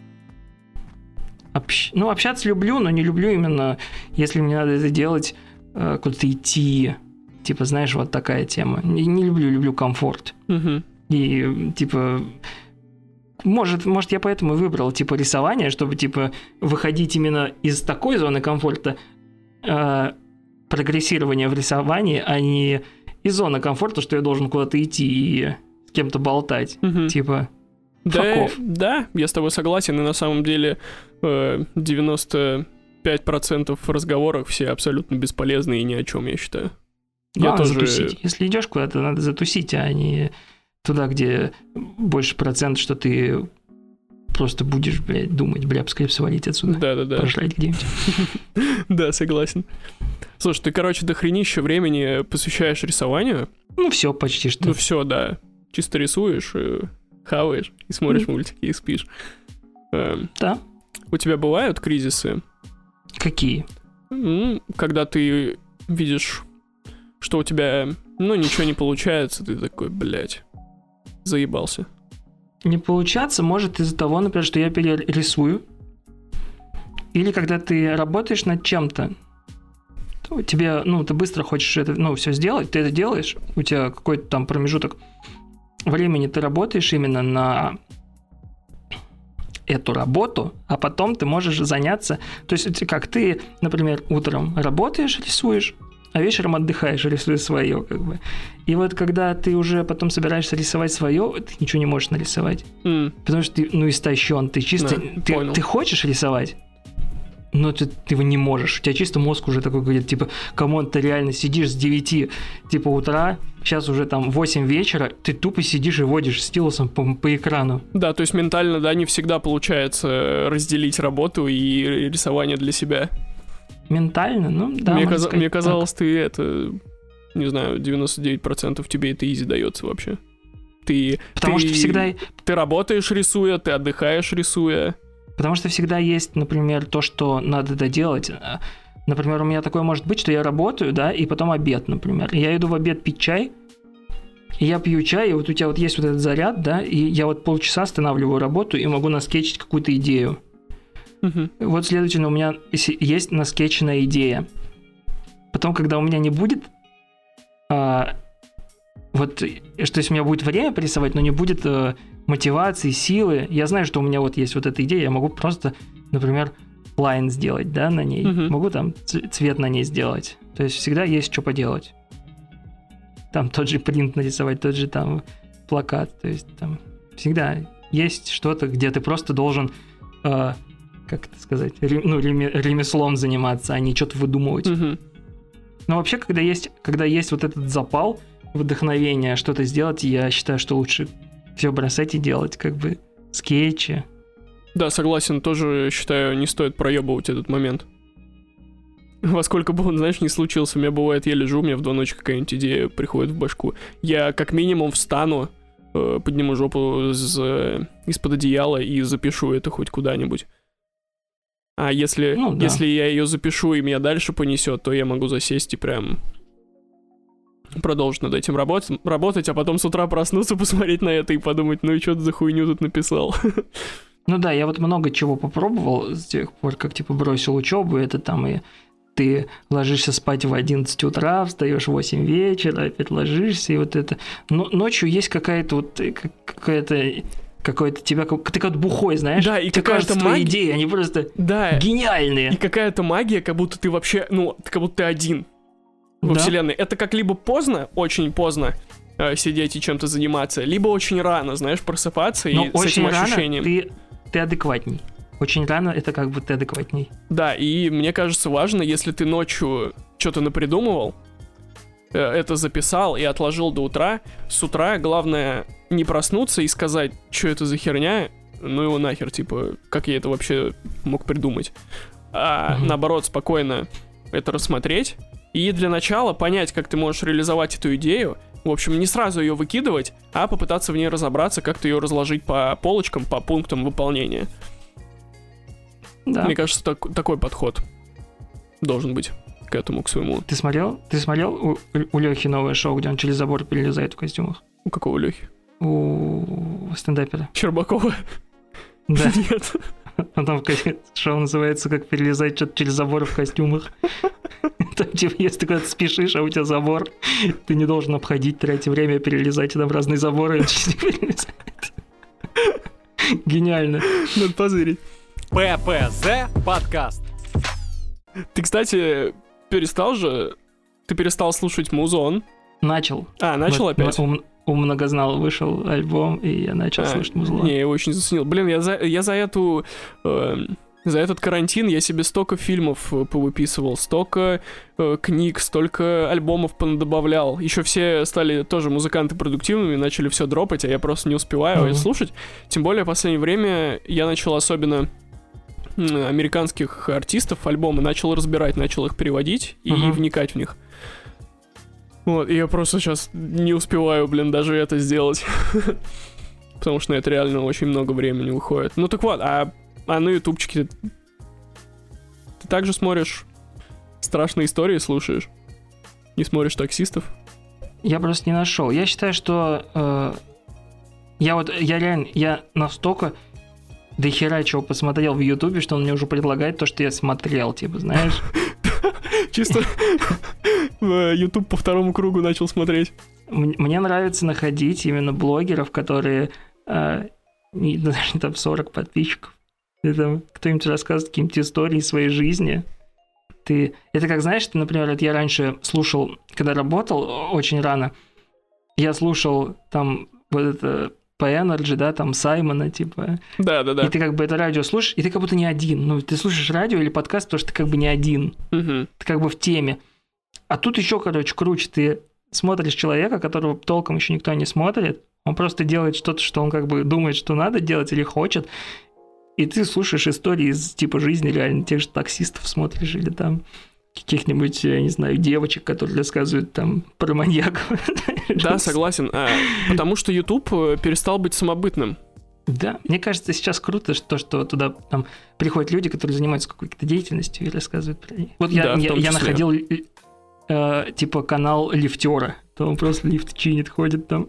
Общ... Ну, общаться люблю, но не люблю именно, если мне надо это делать, а, куда-то идти. Типа, знаешь, вот такая тема. Не, не люблю, люблю комфорт. Угу. И, типа... Может, может, я поэтому и выбрал, типа, рисование, чтобы, типа, выходить именно из такой зоны комфорта, а, прогрессирования в рисовании, а не из зоны комфорта, что я должен куда-то идти и с кем-то болтать. Угу. Типа, да, факов. да, я с тобой согласен, и на самом деле э, девяносто пять процентов разговоров все абсолютно бесполезны и ни о чем, я считаю. Главное я тоже... затусить. Если идешь куда-то, надо затусить, а не туда, где больше процент, что ты просто будешь, блядь, думать, бля, поскорее свалить отсюда. Да-да-да. Пожрать где-нибудь. Да, согласен. Слушай, ты, короче, до хренища времени посвящаешь рисованию? Ну, все почти что. Ну, все, да. Чисто рисуешь, хаваешь и смотришь мультики и спишь. Да. У тебя бывают кризисы? Какие? Ну, когда ты видишь, что у тебя, ну, ничего не получается, ты такой, блядь, заебался. Не получаться может из-за того, например, что я перерисую. Или когда ты работаешь над чем-то, то тебе, ну, ты быстро хочешь это, ну, все сделать, ты это делаешь, у тебя какой-то там промежуток времени ты работаешь именно на эту работу, а потом ты можешь заняться, то есть как ты, например, утром работаешь, рисуешь, а вечером отдыхаешь, рисуешь свое, как бы. И вот когда ты уже потом собираешься рисовать свое, ты ничего не можешь нарисовать. Mm. Потому что ты, ну, истощен, ты чисто... Да, ты, ты хочешь рисовать, но ты, ты его не можешь. У тебя чисто мозг уже такой говорит, типа, камон, ты реально сидишь с девяти, типа, утра, сейчас уже там восемь вечера, ты тупо сидишь и водишь стилусом по, по экрану. Да, то есть ментально, да, не всегда получается разделить работу и рисование для себя. Ментально, ну да. Мне, каз... сказать, Мне казалось, так. Ты это, не знаю, девяносто девять процентов тебе это изи дается вообще. Ты, Потому ты, что всегда... Ты работаешь рисуя, ты отдыхаешь рисуя. Потому что всегда есть, например, то, что надо доделать. Например, у меня такое может быть, что я работаю, да, и потом обед, например. Я иду в обед пить чай, и я пью чай, и вот у тебя вот есть вот этот заряд, да, и я вот полчаса останавливаю работу и могу наскетчить какую-то идею. Uh-huh. Вот, следовательно, у меня есть наскетченная идея. Потом, когда у меня не будет... А, вот, что если у меня будет время порисовать, но не будет а, мотивации, силы, я знаю, что у меня вот есть вот эта идея, я могу просто, например, лайн сделать, да, на ней. Uh-huh. Могу там цвет на ней сделать. То есть всегда есть что поделать. Там тот же принт нарисовать, тот же там плакат. То есть там всегда есть что-то, где ты просто должен... А, как это сказать, рем, ну, ремеслом заниматься, а не что-то выдумывать. Uh-huh. Но вообще, когда есть, когда есть вот этот запал, вдохновение что-то сделать, я считаю, что лучше все бросать и делать, как бы, скетчи. Да, согласен, тоже считаю, не стоит проебывать этот момент. Во сколько бы он, знаешь, не случился, у меня бывает, я лежу, у меня в два ночи какая-нибудь идея приходит в башку. Я как минимум встану, подниму жопу из- из-под одеяла и запишу это хоть куда-нибудь. А если, ну, да. если я ее запишу и меня дальше понесет, то я могу засесть и прям продолжить над этим работать, работать, а потом с утра проснуться, посмотреть на это и подумать, ну и что ты за хуйню тут написал. Ну да, я вот много чего попробовал с тех пор, как типа бросил учебу, это там и ты ложишься спать в одиннадцать утра, встаешь в восемь вечера, опять ложишься, и вот это. Но ночью есть какая-то вот какая-то... Какой-то тебя, ты как бухой, знаешь? Да, и какая-то магия. идеи, они просто да. гениальные. И какая-то магия, как будто ты вообще, ну, как будто ты один во да. вселенной. Это как либо поздно, очень поздно э, сидеть и чем-то заниматься, либо очень рано, знаешь, просыпаться Но и очень с этим рано ощущением. Ты, ты адекватней. Очень рано это как бы ты адекватней. Да, и мне кажется важно, если ты ночью что-то напридумывал, э, это записал и отложил до утра, с утра главное... не проснуться и сказать, что это за херня, ну его нахер, типа, как я это вообще мог придумать. А mm-hmm. наоборот, спокойно это рассмотреть и для начала понять, как ты можешь реализовать эту идею. В общем, не сразу ее выкидывать, а попытаться в ней разобраться, как-то ее разложить по полочкам, по пунктам выполнения. Да. Мне кажется, так, такой подход должен быть. к этому, к своему. Ты смотрел? Ты смотрел у, у Лёхи новое шоу, где он через забор перелезает в костюмах? У какого Лёхи? У стендапера. Щербакова? Да. Нет. А там шоу называется «Как перелезать что-то через забор в костюмах». Там, типа, если ты куда-то спешишь, а у тебя забор, ты не должен обходить, тратить время, перелезать, и там разные заборы, и перелезать. Гениально. Надо позырить. ППЗ подкаст. Ты, кстати, перестал же... Ты перестал слушать музон? Начал. А, начал Вот, опять? У, у Многознала вышел альбом, и я начал А, слушать музло. Не, я его очень заценил. Блин, я за, я за эту... э, за этот карантин я себе столько фильмов э, повыписывал, столько э, книг, столько альбомов понадобавлял. Еще все стали тоже музыканты продуктивными, начали все дропать, а я просто не успеваю Мгм. это слушать. Тем более в последнее время я начал особенно м, американских артистов альбомы, начал разбирать, начал их переводить и Мгм. вникать в них. Вот, и я просто сейчас не успеваю, блин, даже это сделать. Потому что на это реально очень много времени уходит. Ну так вот, а, а на ютубчике ты, ты также смотришь страшные истории, слушаешь? Не смотришь таксистов? Я просто не нашел. Я считаю, что э, я вот, я реально, я настолько до хера чего посмотрел в Ютубе, что он мне уже предлагает то, что я смотрел, типа, знаешь? Чисто в YouTube по второму кругу начал смотреть. М- Мне нравится находить именно блогеров, которые э, не, даже не там сорок подписчиков. И там кто-нибудь рассказывает какие-нибудь истории своей жизни. Ты... Это как, знаешь, ты, например, вот я раньше слушал, когда работал очень рано, я слушал там вот это по Energy, да, там Саймона, типа. Да-да-да. И ты как бы это радио слушаешь, и ты как будто не один. Ну, ты слушаешь радио или подкаст, потому что ты как бы не один. Мгм. Ты как бы в теме. А тут еще, короче, круче. Ты смотришь человека, которого толком еще никто не смотрит. Он просто делает что-то, что он как бы думает, что надо делать или хочет. И ты слушаешь истории из типа жизни реально тех же таксистов смотришь или там каких-нибудь, я не знаю, девочек, которые рассказывают там про маньяков. Да, согласен. А, потому что YouTube э, перестал быть самобытным. Да, мне кажется, сейчас круто, что, что туда там приходят люди, которые занимаются какой-то деятельностью и рассказывают про нее. Вот я, Да, в я, том я числе. находил э, типа канал лифтера, то он просто лифт чинит, ходит там.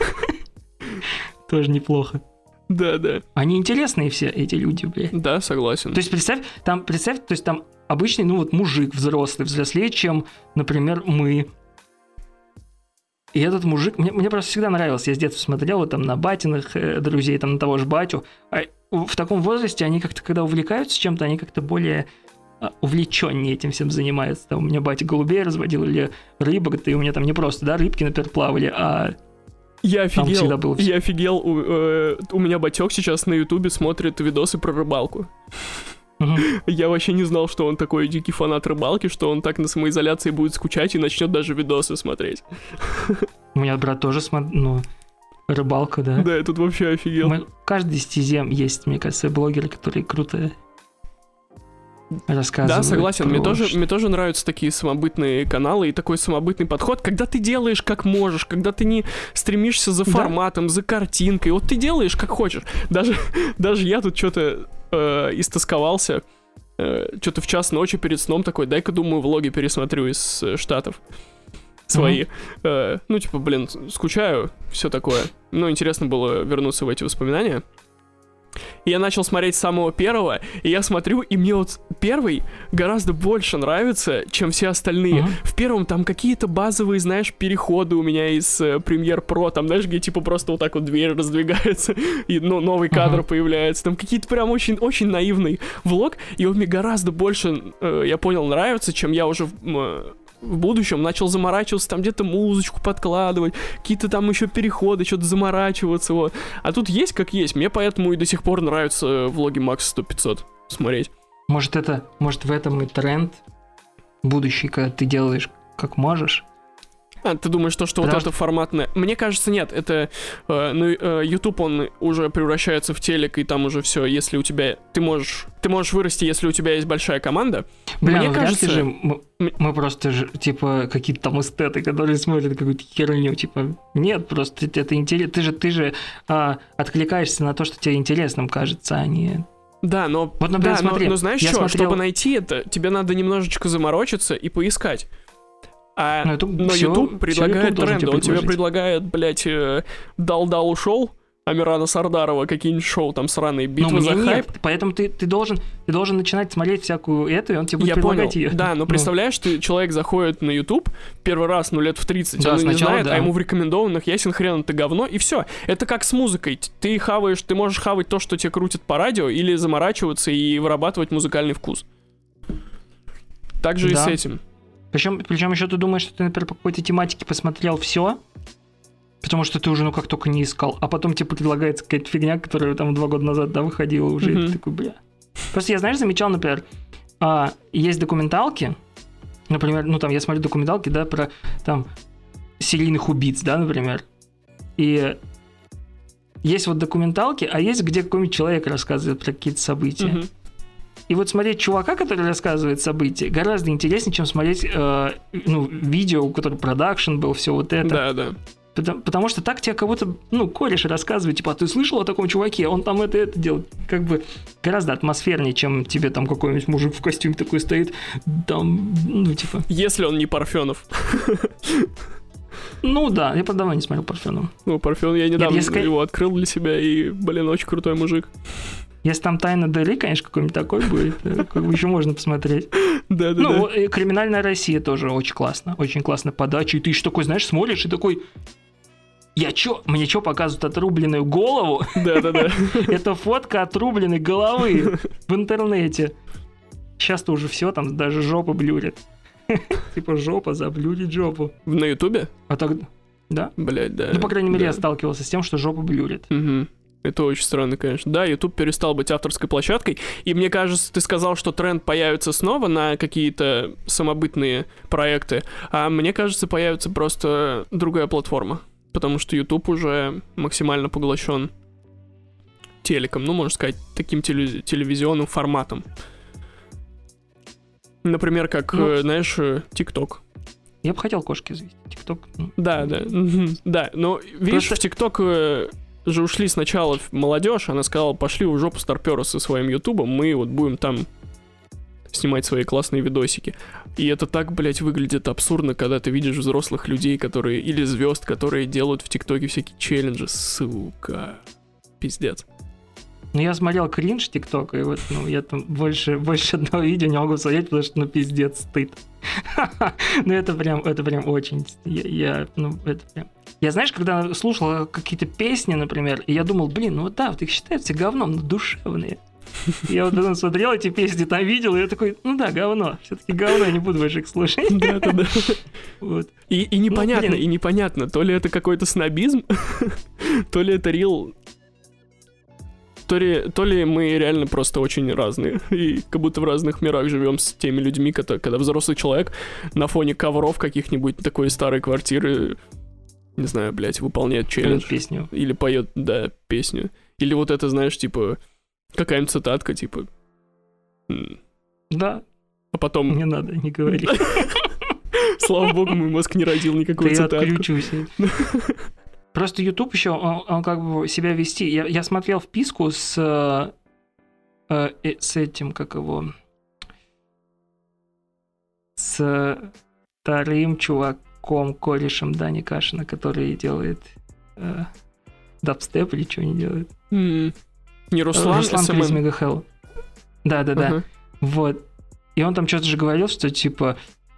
Тоже неплохо. Да-да. Они интересные все, эти люди, блядь. Да, согласен. То есть представь, там, представь, то есть там обычный, ну вот мужик взрослый, взрослее, чем, например, мы. И этот мужик, мне, мне просто всегда нравилось, я с детства смотрел вот там на батиных э, друзей, там на того же батю. А в таком возрасте они как-то, когда увлекаются чем-то, они как-то более а, увлеченнее этим всем занимаются. Там у меня батя голубей разводил или рыбок, и у меня там не просто, да, рыбки, например, плавали, а Я Там всегда офигел, было всё. я офигел, у, э, у меня батек сейчас на ютубе смотрит видосы про рыбалку. мгм. Я вообще не знал, что он такой дикий фанат рыбалки, что он так на самоизоляции будет скучать и начнет даже видосы смотреть. У меня брат тоже смотрит, ну, рыбалка, да. Да, я тут вообще офигел. Мы, в каждой стезе есть, мне кажется, блогеры, которые круто рассказывают. Да, согласен, мне про тоже, что- мне тоже нравятся такие самобытные каналы и такой самобытный подход, когда ты делаешь как можешь, когда ты не стремишься за Да. форматом, за картинкой, вот ты делаешь как хочешь. Даже, даже я тут что-то э, истосковался, э, что-то в час ночи перед сном такой, дай-ка, думаю, влоги пересмотрю из э, Штатов свои. Э, ну, типа, блин, скучаю, все такое. Ну, интересно было вернуться в эти воспоминания. И я начал смотреть с самого первого, и я смотрю, и мне вот первый гораздо больше нравится, чем все остальные. Мгм. В первом там какие-то базовые, знаешь, переходы у меня из э, Premiere Pro, там, знаешь, где типа просто вот так вот дверь раздвигается, и ну, новый кадр Мгм. появляется. Там какие-то прям очень, очень наивный влог, и он мне гораздо больше, э, я понял, нравится, чем я уже в, м, в будущем начал заморачиваться, там где-то музычку подкладывать, какие-то там еще переходы, что-то заморачиваться, вот. А тут есть как есть, мне поэтому и до сих пор нравятся влоги Макс сто пятьсот смотреть. Может, это, может, в этом и тренд будущий, когда ты делаешь как можешь. А, ты думаешь, то, что Потому вот это форматное... Мне кажется, нет, это... Э, ну, э, YouTube, он уже превращается в телек, и там уже все, если у тебя... Ты можешь... Ты можешь вырасти, если у тебя есть большая команда. Бля, Мне ну вряд ли кажется... же мы, м- мы просто же, типа, какие-то там эстеты, которые смотрят какую-то херню, типа, нет, просто это интересно, ты же, ты же а, откликаешься на то, что тебе интересным кажется, а не Да, но, Вот, например, да, но, смотри, но знаешь я что, смотрел- чтобы найти это, тебе надо немножечко заморочиться и поискать. А, Ну, это но всё- YouTube всё предлагает YouTube должен тренды, тебе он тебе предложить. предлагает, блядь, э, Дал-Дал ушел, Амирана Сардарова, какие-нибудь шоу, там сраные, Ну, битва за мне хайп. нет, поэтому ты, ты, должен, ты должен начинать смотреть всякую эту, и он тебе будет Я понял, предлагать ее. да, но представляешь, ты, человек заходит на YouTube первый раз, ну, лет в тридцать, Да, он и не сначала знает, да. а ему в рекомендованных ясен хрен это говно, и все. Это как с музыкой. Т- Ты хаваешь, ты можешь хавать то, что тебе крутит по радио, или заморачиваться и вырабатывать музыкальный вкус. Так же и Да. с этим. Причем, причем еще ты думаешь, что ты, например, по какой-то тематике посмотрел все, потому что ты уже, ну, как только не искал, а потом тебе предлагается какая-то фигня, которая там два года назад, да, выходила уже, и Мгм. ты такой, бля. Просто я, знаешь, замечал, например, а, есть документалки, например, ну, там, я смотрю документалки, да, про, там, серийных убийц, да, например, и есть вот документалки, а есть, где какой-нибудь человек рассказывает про какие-то события. Мгм. И вот смотреть чувака, который рассказывает события, гораздо интереснее, чем смотреть э, ну, видео, у которого продакшн был, все вот это. Да, да. Потому, потому что так тебе как будто, ну, кореш рассказывает, типа, а ты слышал о таком чуваке? Он там это, это делает. Как бы гораздо атмосфернее, чем тебе там какой-нибудь мужик в костюме такой стоит, там, ну, типа... Если он не Парфенов. Ну да, я правда давно не смотрел Парфенова. Ну, Парфен, я недавно если ска- его открыл для себя, и, блин, очень крутой мужик. Если там Тайна Дели, конечно, какой-нибудь такой будет, э, как бы еще можно посмотреть. Да, да, Ну, да. и «Криминальная Россия» тоже очень классно. Очень классная подача. И ты еще такой, знаешь, смотришь и такой... Я чё? Мне чё показывают отрубленную голову? Да, да, да. Это фотка отрубленной головы в интернете. Сейчас-то уже все, там даже жопа блюрит. Типа жопа заблюрит жопу. На Ютубе? А тогда... Да? Блять, да. Ну, по крайней мере, да. я сталкивался с тем, что жопа блюрит. Мгм. Это очень странно, конечно. Да, YouTube перестал быть авторской площадкой, и мне кажется, ты сказал, что тренд появится снова на какие-то самобытные проекты, а мне кажется, появится просто другая платформа, потому что YouTube уже максимально поглощен телеком, ну, можно сказать, таким теле- телевизионным форматом. Например, как, Ну, э, знаешь, э, TikTok. Я бы хотел кошки завести. ТикТок. ну. Да, да, мгм, да, но видишь, Просто- в ТикТок э, же ушли сначала в- молодежь, она сказала, пошли в жопу старпёры со своим Ютубом, мы вот будем там снимать свои классные видосики. И это так, блядь, выглядит абсурдно, когда ты видишь взрослых людей, которые, или звезд, которые делают в ТикТоке всякие челленджи, сука, пиздец. Ну, я смотрел кринж ТикТока, и вот, ну, я там больше, больше одного видео не могу смотреть, потому что, ну, пиздец, стыд. Ну, это прям, это прям очень... Я, я, ну, это прям... Я, знаешь, когда слушал какие-то песни, например, и я думал, блин, ну, вот да, вот их считают все говном, но душевные. Я вот потом смотрел эти песни, там видел, и я такой, ну да, говно, все-таки говно, я не буду больше их слушать. Да-да-да. Вот. И, и непонятно, блин. и непонятно, то ли это какой-то снобизм, то ли это рил... То ли, то ли мы реально просто очень разные, и как будто в разных мирах живем с теми людьми, когда, когда взрослый человек на фоне ковров каких-нибудь такой старой квартиры, не знаю, блядь, выполняет челлендж. Поет песню. Или поет, да, песню. Или вот это, знаешь, типа, какая-нибудь цитатка, типа... м, Да, А потом, не надо, не говори. слава богу, мой мозг не родил никакой Я цитатку. отключусь. Просто YouTube еще, он, он как бы себя вести. Я, я смотрел вписку с, э, э, с этим, как его, с вторым чуваком, корешем Дани Кашина, который делает э, дабстеп или что они делают. М, Не Руслан, Руслан СММ. Крис Мегахелл. Да-да-да. Ага. Вот. И он там что-то же говорил, что типа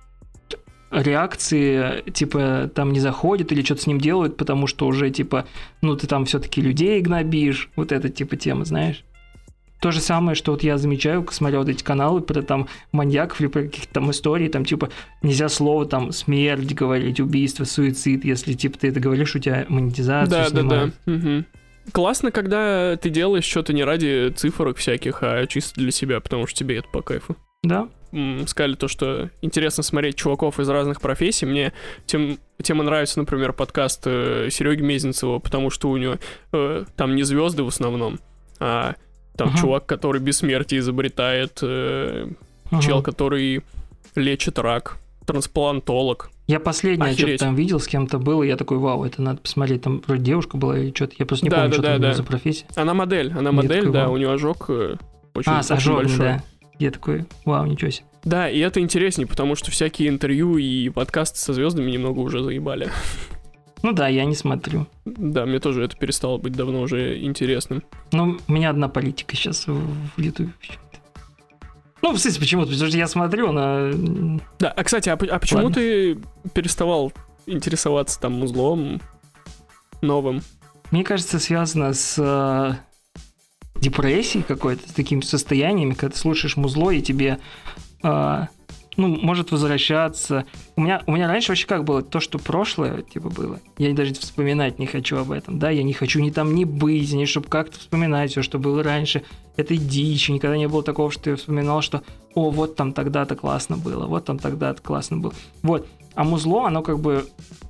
реакции, типа, там не заходят или что-то с ним делают, потому что уже, типа, ну, ты там все-таки людей гнобишь, вот эта, типа, тема, знаешь. То же самое, что вот я замечаю, смотрю вот эти каналы про там маньяков или про каких-то там историй, там, типа, нельзя слово там смерть говорить, убийство, суицид, если, типа, ты это говоришь, у тебя монетизацию Да, да, снимают. да. Мгм. Классно, когда ты делаешь что-то не ради цифрок всяких, а чисто для себя, потому что тебе это по кайфу. Да? М, Сказали то, что интересно смотреть чуваков из разных профессий. Мне тем, тем и нравится, например, подкаст э, Сереги Мезенцева, потому что у него э, там не звезды в основном, а там Ага. чувак, который бессмертие изобретает, э, Ага. чел, который лечит рак, трансплантолог. Я последнее Охереть. что-то там видел, с кем-то был, и я такой, вау, это надо посмотреть, там вроде девушка была или что-то, я просто не Да, помню, да, что да, там да. за профессия. Она модель, она Я модель, такой, да, вау. у нее ожог, э, Очень, А, с очень ожогами, большой. да. Я такой, вау, ничего себе. Да, и это интереснее, потому что всякие интервью и подкасты со звездами немного уже заебали. Ну да, я не смотрю. Да, мне тоже это перестало быть давно уже интересным. Ну, у меня одна политика сейчас в, в Ютубе почему-то. Ну, в смысле, почему-то, потому что я смотрю на... Да, а, кстати, а, п- а почему Ладно. ты переставал интересоваться там музлом новым? Мне кажется, связано с э, депрессией какой-то, с такими состояниями, когда ты слушаешь музло, и тебе, э, ну, может возвращаться. У меня, у меня раньше вообще как было? То, что прошлое, типа, было. Я даже вспоминать не хочу об этом, да? Я не хочу ни там ни быть, ни чтобы как-то вспоминать все, что было раньше. Это дичь. Никогда не было такого, что ты вспоминал, что «О, вот там тогда-то классно было, вот там тогда-то классно было». Вот. А музло, оно как бы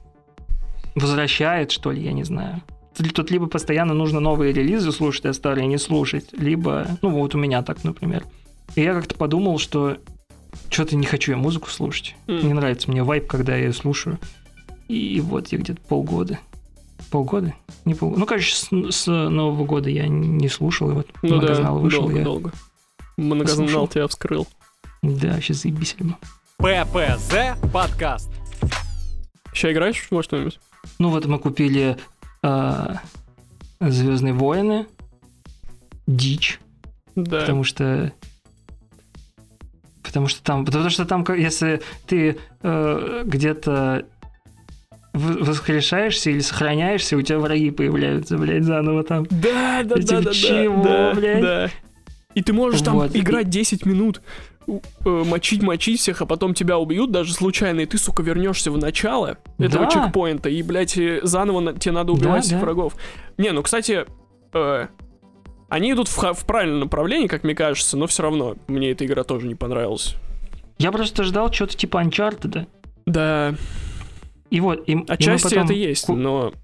возвращает, что ли, я не знаю. Тут либо постоянно нужно новые релизы слушать, а старые не слушать, либо, ну вот у меня так, например. И я как-то подумал, что что-то не хочу я музыку слушать. Mm. Не нравится мне вайб, когда я ее слушаю. И вот я где-то полгода. Полгода? Не полгода. Ну, короче, с, с Нового года я не слушал, и вот Ну Многознал да, вышел. долго, я... долго. Многознал послушал. тебя вскрыл. Да, сейчас заебись, Альма. ППЗ подкаст. Сейчас играешь во что-нибудь? Ну вот мы купили э, Звездные войны, дичь, Да. потому что потому что там, потому что там, как- если ты э, где-то в- воскрешаешься или сохраняешься, у тебя враги появляются, блядь, заново там. Да, да, И да, типа, да, да, чего, да, блядь? да. И ты можешь там Вот. играть десять минут, у- э, мочить, мочить всех, а потом тебя убьют даже случайно, и ты, сука, вернешься в начало этого Да. чекпоинта, и, блядь, э, заново на- тебе надо убивать Да, всех да. врагов. Не, ну, кстати, э, они идут в, ха- в правильном направлении, как мне кажется, но все равно мне эта игра тоже не понравилась. Я просто ждал что-то типа Uncharted. Да, И вот, и, и мы отчасти потом это есть, ку- но...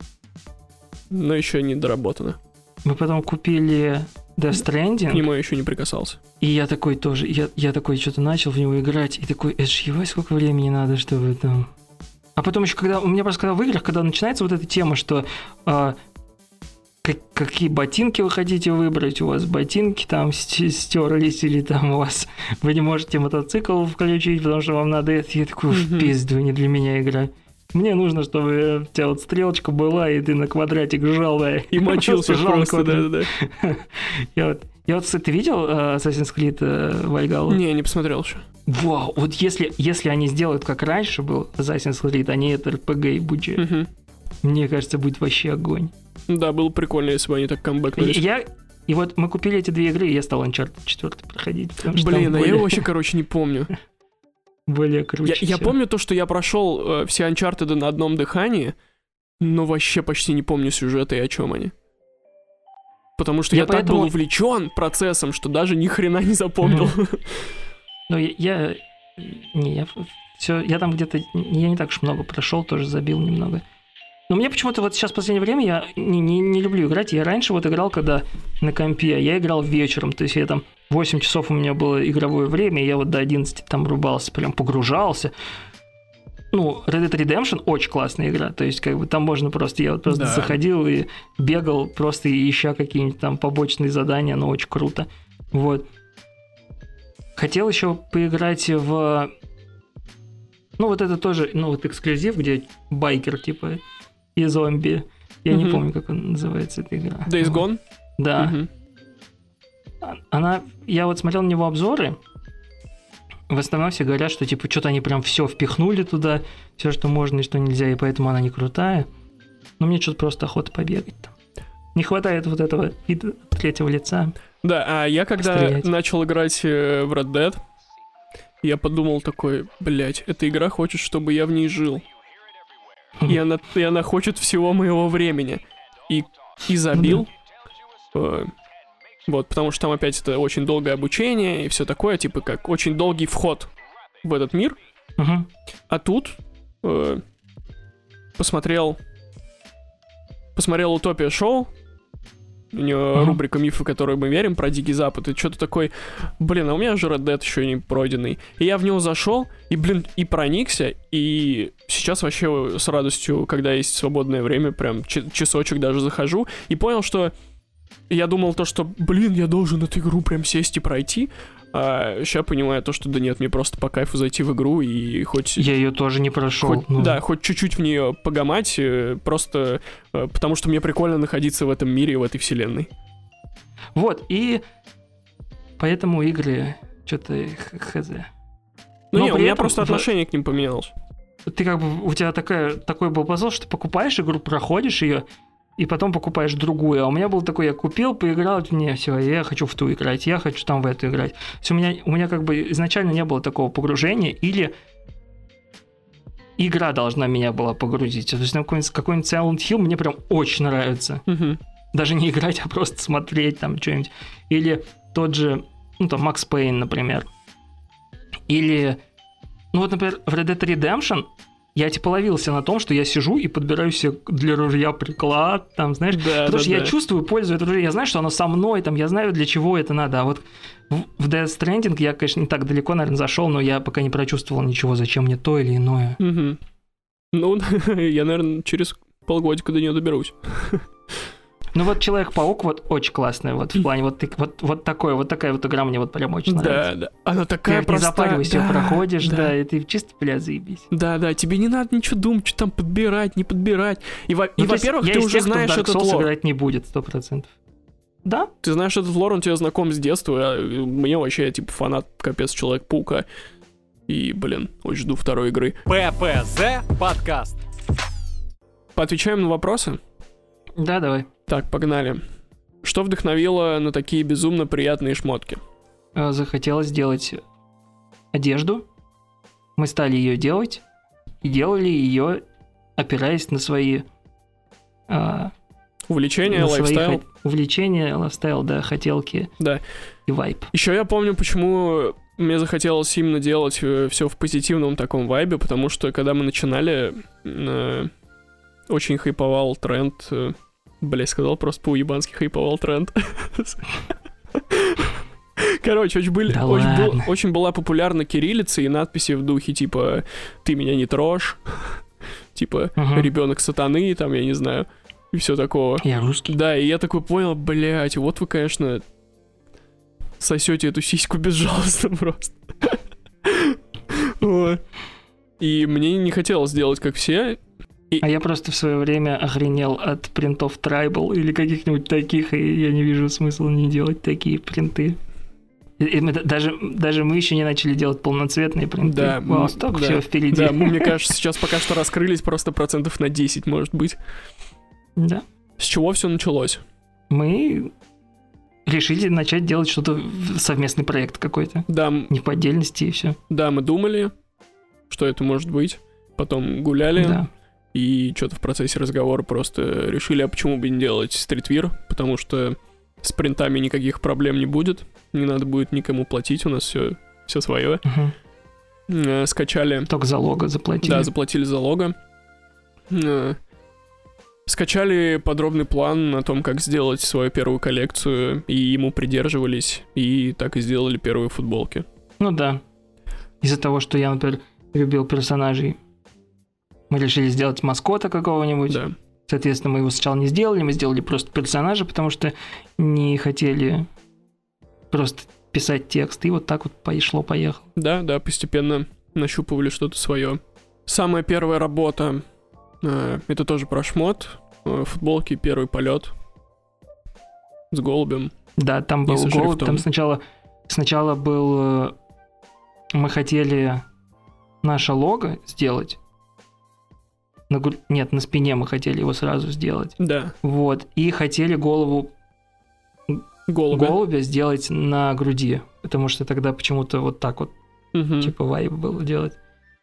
Но еще не доработано. мы потом купили Death К Stranding, нему я еще не прикасался. и я такой тоже, я, я такой что-то начал в него играть, и такой, это ж ебать, сколько времени надо, чтобы там... А потом еще, когда, у меня просто когда в играх, когда начинается вот эта тема, что а, как- какие ботинки вы хотите выбрать, у вас ботинки там ст- стерлись, или там у вас, вы не можете мотоцикл включить, потому что вам надо это, я такой, в Мгм. пизду, не для меня игра. Мне нужно, чтобы у тебя вот стрелочка была, и ты на квадратик жал, да, И мочился жал на просто, квадрат. да-да-да. Я вот, я вот, ты видел э, Assassin's Creed э, Valhalla? Не, не посмотрел еще. Вау, вот если, если они сделают, как раньше был Assassin's Creed, а не это эр пи джи и буджи, Мгм. мне кажется, будет вообще огонь. Да, было прикольно, если бы они так И, камбэкнулись. я, и вот мы купили эти две игры, и я стал Uncharted четыре проходить, потому что Блин, там а я более, его вообще, короче, не помню. более Я, круче я всё. помню то, что я прошел э, все Uncharted на одном дыхании, но вообще почти не помню сюжета и о чем они. Потому что я, Я так поэтому- был увлечен процессом, что даже ни хрена не запомнил. Ну, я, я, не, я, все, я там где-то, я не так уж много прошел, тоже забил немного. Но мне почему-то вот сейчас в последнее время я не, не, не люблю играть. Я раньше вот играл, когда на компе, я играл вечером, то есть я там восемь часов у меня было игровое время, и я вот до одиннадцати там рубался, прям погружался. Ну, Red Dead Redemption очень классная игра, то есть как бы там можно просто, я вот просто Да. заходил и бегал, просто ища какие-нибудь там побочные задания, но очень круто. Вот. Хотел еще поиграть в... Ну, вот это тоже, ну, вот эксклюзив, где байкер, типа, и зомби. Я не Мгм. помню, как он называется, эта игра. Days Вот. Gone? Да. Мгм. А- Она... Я вот смотрел на него обзоры. В основном все говорят, что, типа, что-то они прям все впихнули туда, все, что можно и что нельзя, и поэтому она не крутая. Но мне что-то просто охота побегать там. Не хватает вот этого вида третьего лица. Да, а я когда Стрелять. начал играть э, в Red Dead, я подумал такой, блять, эта игра хочет, чтобы я в ней жил. И она, и она хочет всего моего времени. И, и забил. Э, вот, потому что там опять это очень долгое обучение и все такое, типа как очень долгий вход в этот мир. Мгм. А тут э, посмотрел посмотрел Утопия шоу. У него Мгм. рубрика «Мифы, в которые мы верим» про Дикий Запад. И что-то такой, блин, а у меня же Red Dead еще не пройденный. И я в него зашел, и, блин, и проникся. И сейчас вообще с радостью, когда есть свободное время, прям ч- часочек даже захожу. И понял, что я думал то, что, блин, я должен эту игру прям сесть и пройти, а сейчас понимаю то, что да нет, мне просто по кайфу зайти в игру и хоть... Я ее тоже не прошел. Хоть, но... Да, хоть чуть-чуть в нее погамать, просто потому что мне прикольно находиться в этом мире, в этой вселенной. Вот, и поэтому игры что-то хз. Ну Но не, у меня этом просто в... отношение к ним поменялось. Ты как бы, у тебя такая, такой был посыл, что ты покупаешь игру, проходишь ее, и потом покупаешь другую. А у меня был такой, я купил, поиграл, не, все, я хочу в ту играть, я хочу там в эту играть. То есть у меня, у меня как бы изначально не было такого погружения, или игра должна меня была погрузить. То есть какой-нибудь, какой-нибудь Silent Hill мне прям очень нравится. Угу. Даже не играть, а просто смотреть там что-нибудь. Или тот же, ну там, Max Payne, например. Или, ну вот, например, в Red Dead Redemption я типа ловился на том, что я сижу и подбираю себе для ружья приклад, там, знаешь, да, потому да, что да. я чувствую пользу этого ружья, я знаю, что оно со мной, там, я знаю, для чего это надо, а вот в, в Death Stranding я, конечно, не так далеко, наверное, зашел, но я пока не прочувствовал ничего, зачем мне то или иное. Угу. Ну, я, наверное, через полгодика до нее доберусь. Ну вот Человек-паук вот очень классный, вот в плане вот, вот, вот такой, вот такая вот игра мне вот прям очень нравится. Да, да. Она такая ты простая. Ты не запаривайся, да, проходишь, да. да, и ты чисто, бля, заебись. Да, да, тебе не надо ничего думать, что там подбирать, не подбирать. И, во- ну, и во-первых, ты уже тех, знаешь кто в Dark этот Souls лор. играть не будет, сто процентов. Да? Ты знаешь этот лор, он тебе знаком с детства, а мне вообще, я типа фанат, капец, Человек-паука. И, блин, очень жду второй игры. ППЗ подкаст. Поотвечаем на вопросы? Да, давай. Так, погнали. Что вдохновило на такие безумно приятные шмотки? Захотелось сделать одежду. Мы стали ее делать. И делали ее, опираясь на свои... А, Увлечения, на лайфстайл? Свои, увлечения, лайфстайл, да, хотелки. Да. И вайб. Еще я помню, почему мне захотелось именно делать все в позитивном таком вайбе, потому что когда мы начинали, э, очень хайповал тренд... Э, Бля, сказал просто по-уебански хайповал тренд. Короче, очень, были, да очень, был, ладно. очень была популярна кириллица и надписи в духе типа «Ты меня не трожь», типа угу. «Ребенок сатаны», там, я не знаю, и все такого. Я русский. Да, и я такой понял, блядь, вот вы, конечно, сосете эту сиську безжалостно просто. И мне не хотелось делать как все. И... А я просто в свое время охренел от принтов Tribal или каких-нибудь таких, и я не вижу смысла не делать такие принты. И, и мы, даже, даже мы еще не начали делать полноцветные принты. Да, Вау, столько да, всего впереди. Да, мы, мне кажется, сейчас пока что раскрылись просто процентов на десять, может быть. Да. С чего все началось? Мы решили начать делать что-то, совместный проект какой-то. Да. Не по отдельности и все. Да, мы думали, что это может быть. Потом гуляли. Да. И что-то в процессе разговора просто решили, а почему бы не делать стритвир, потому что с принтами никаких проблем не будет, не надо будет никому платить, у нас все, все свое. Угу. Скачали... Только залога заплатили. Да, заплатили залога. Скачали подробный план на том, как сделать свою первую коллекцию, и ему придерживались, и так и сделали первые футболки. Ну да. Из-за того, что я, например, любил персонажей, мы решили сделать маскота какого-нибудь. Да. Соответственно, мы его сначала не сделали, мы сделали просто персонажа, потому что не хотели просто писать текст. И вот так вот пошло-поехало. Да, да, постепенно нащупывали что-то свое. Самая первая работа, э, это тоже про шмот. Э, футболки «Первый полет» с голубем. Да, там был голубь. шрифтом. Там сначала, сначала был... Мы хотели наше лого сделать. На, нет, на спине мы хотели его сразу сделать. Да. Вот. И хотели голову голубя, голубя сделать на груди. Потому что тогда почему-то вот так вот, угу. типа, вайб было делать.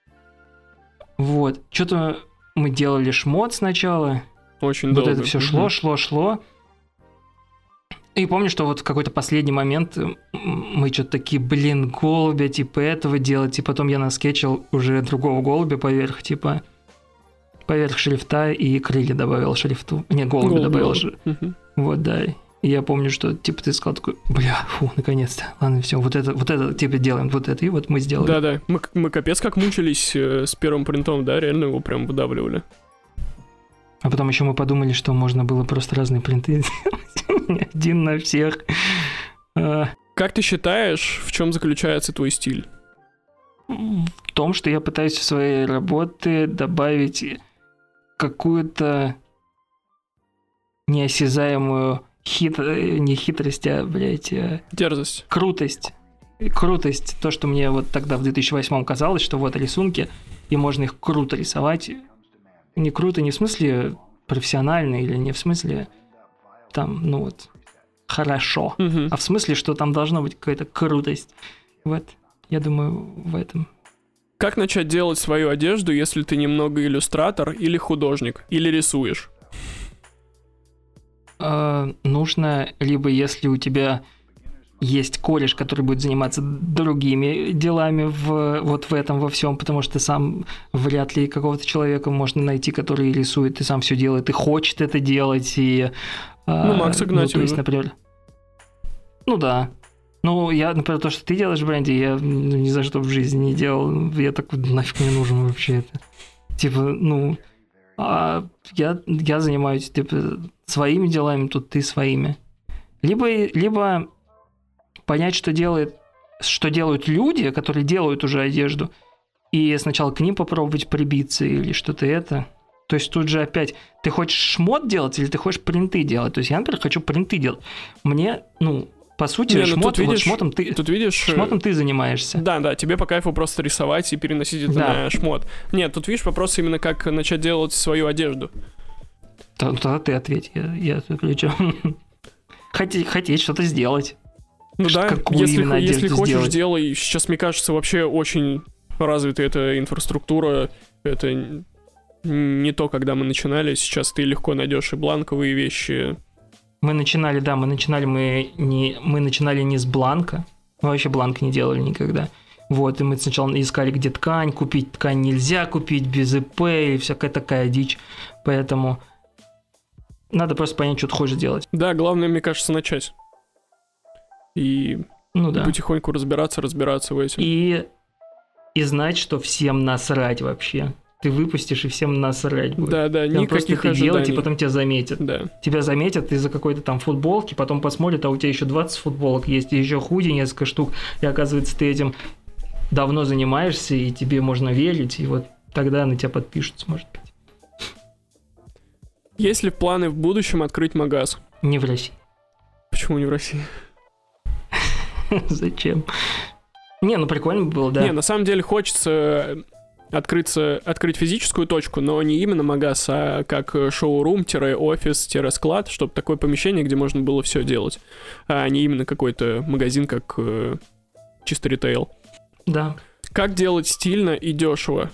Вот. Что-то мы делали шмот сначала. Очень вот долго. Вот это все угу. шло, шло, шло. И помню, что вот в какой-то последний момент мы что-то такие, блин, голубя, типа, этого делать. И потом я наскетчил уже другого голубя поверх, типа... поверх шрифта и крылья добавил шрифту. Не, голуби Голубь, добавил. голубь. Угу. Вот, да. И я помню, что, типа, ты сказал такой, бля, фу, наконец-то. Ладно, все, вот это, вот это, типа, делаем, вот это. И вот мы сделали. Да-да, мы, мы капец как мучились э, с первым принтом, да, реально его прям выдавливали. А потом еще мы подумали, что можно было просто разные принты сделать. Один на всех. Как ты считаешь, в чем заключается твой стиль? В том, что я пытаюсь в своей работе добавить какую-то неосязаемую хит... не хитрость, а, блядь... Дерзость. Крутость. Крутость. То, что мне вот тогда в две тысячи восьмом казалось, что вот рисунки, и можно их круто рисовать. Не круто не в смысле профессионально или не в смысле там, ну вот, хорошо, Угу. а в смысле, что там должна быть какая-то крутость. Вот, я думаю, в этом. Как начать делать свою одежду, если ты немного иллюстратор или художник, или рисуешь? Э, нужно, либо если у тебя есть кореш, который будет заниматься другими делами в, вот в этом во всем, потому что сам вряд ли какого-то человека можно найти, который рисует и сам все делает, и хочет это делать, и... Ну, Макс Игнатьев. Ну, то есть, например... Ну, да. Ну, я, например, то, что ты делаешь в бренде, я ну, ни за что в жизни не делал. Я такой, нафиг мне нужен вообще это. Типа, ну... А я, я занимаюсь, типа, своими делами, тут ты своими. Либо... либо понять, что делает, что делают люди, которые делают уже одежду, и сначала к ним попробовать прибиться или что-то это. То есть тут же опять, ты хочешь шмот делать или ты хочешь принты делать? То есть я, например, хочу принты делать. Мне, ну, по сути, Не, ну шмот, тут видишь, вот шмотом ты, Тут видишь... шмотом ты занимаешься. Да, да, тебе по кайфу просто рисовать и переносить это Да. на шмот. Нет, тут видишь вопрос именно как начать делать свою одежду. Т- Тогда ты ответь, я, я отвечу. Хотеть, хотеть что-то сделать. Ну Ш- да, какую если, именно хо- если одежду хочешь, сделать? делай. Сейчас, мне кажется, вообще очень развита эта инфраструктура. Это н- не то, когда мы начинали. Сейчас ты легко найдешь и бланковые вещи. Мы начинали, да, мы начинали, мы не, мы начинали не с бланка. Мы вообще бланк не делали никогда. Вот, и мы сначала искали, где ткань, купить ткань нельзя купить без ИП и всякая такая дичь. Поэтому надо просто понять, что ты хочешь делать. Да, главное, мне кажется, начать. И Ну да. потихоньку разбираться, разбираться в этом. И, и знать, что всем насрать вообще. Ты выпустишь, и всем насрать будет. Да, да, Прям просто никаких это делать, и ожиданий. потом тебя заметят. Да. Тебя заметят из-за какой-то там футболки, потом посмотрят, а у тебя еще двадцать футболок есть, и еще худи несколько штук, и оказывается, ты этим давно занимаешься, и тебе можно верить, и вот тогда на тебя подпишутся, может быть. Есть ли планы в будущем открыть магаз? Не в России. Почему не в России? Зачем? Не, ну прикольно бы было, да. Не, на самом деле хочется открыться, открыть физическую точку, но не именно магаз, а как шоурум-офис-склад, чтобы такое помещение, где можно было все делать, а не именно какой-то магазин, как э, чисто ритейл. Да. Как делать стильно и дешево?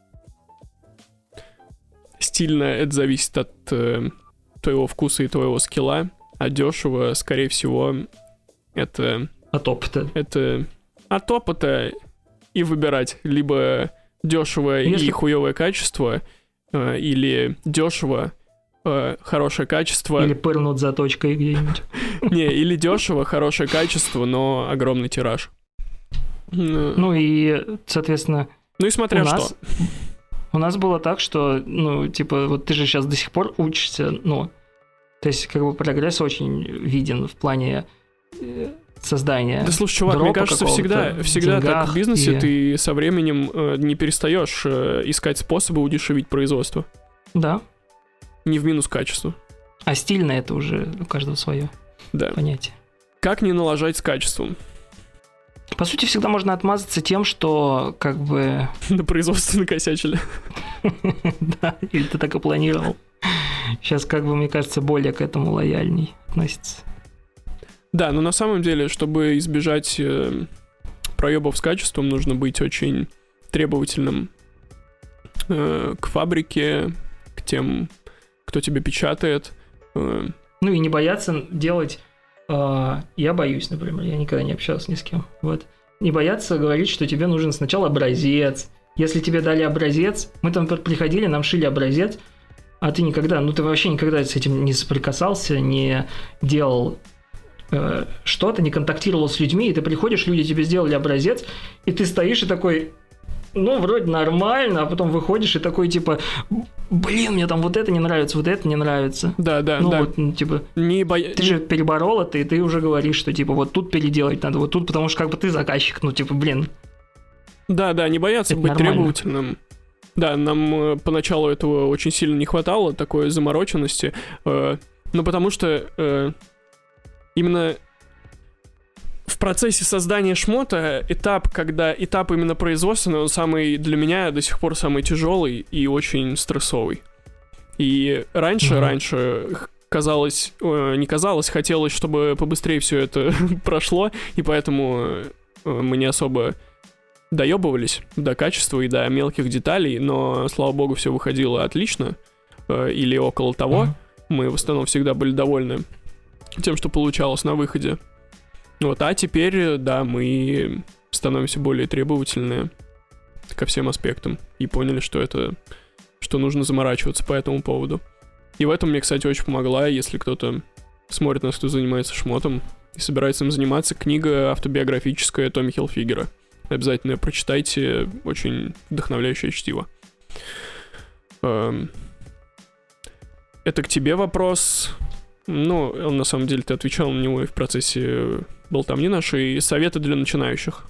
Стильно — это зависит от э, твоего вкуса и твоего скилла, а дешево, скорее всего, это... От опыта. Это от опыта и выбирать либо дешево Если- и хуевое качество, э, или дешево, э, хорошее качество. Или пырнут заточкой где-нибудь. Не, или дешево, хорошее качество, но огромный тираж. Ну, Ну и, соответственно, ну и смотря у что. нас, у нас было так, что, ну, типа, вот ты же сейчас до сих пор учишься, ну, то есть, как бы, прогресс очень виден в плане э, создания. Да слушай, чувак, мне дропа кажется, какого-то всегда, в всегда так деньгах в бизнесе и- ты со временем э, не перестаешь э, искать способы удешевить производство. Да. Не в минус качеству. А стильно это уже у каждого свое Да. понятие. Как не налажать с качеством? По сути, всегда можно отмазаться тем, что, как бы, На производство накосячили. да, или ты так и планировал. Сейчас, как бы, мне кажется, более к этому лояльней относится. Да, но на самом деле, чтобы избежать э, проебов с качеством, нужно быть очень требовательным э, к фабрике, к тем, кто тебе печатает. Э, Ну и не бояться делать... э, я боюсь, например, я никогда не общался ни с кем. Вот. Не бояться говорить, что тебе нужен сначала образец. Если тебе дали образец, мы там приходили, нам шили образец, а ты никогда, ну ты вообще никогда с этим не соприкасался, не делал э, что-то, не контактировал с людьми, и ты приходишь, люди тебе сделали образец, и ты стоишь и такой, ну, вроде нормально, а потом выходишь и такой, типа, блин, мне там вот это не нравится, вот это не нравится. Да, да, ну, да. Вот, ну, типа, не бо... ты же переборол это, и ты уже говоришь, что, типа, вот тут переделать надо, вот тут, потому что, как бы, ты заказчик, ну, типа, блин. Да, да, не бояться это быть нормально. требовательным. Да, нам э, поначалу этого очень сильно не хватало, такой замороченности, э, ну, потому что э, именно в процессе создания шмота этап, когда этап именно производственный, он самый, для меня до сих пор самый тяжелый и очень стрессовый. И раньше, mm-hmm. раньше казалось, э, не казалось, хотелось, чтобы побыстрее все это прошло, и поэтому э, мы не особо доебывались до качества и до мелких деталей, но, слава богу, все выходило отлично, э, или около того. Mm-hmm. Мы в основном всегда были довольны тем, что получалось на выходе. Вот, а теперь, да, мы становимся более требовательны ко всем аспектам и поняли, что это, что нужно заморачиваться по этому поводу. И в этом мне, кстати, очень помогла, если кто-то смотрит нас, кто занимается шмотом и собирается им заниматься, книга автобиографическая Томми Хилфигера. Обязательно прочитайте, очень вдохновляющее чтиво. Это к тебе вопрос. Ну, он, на самом деле, ты отвечал на него и в процессе болтовни нашей. Советы для начинающих.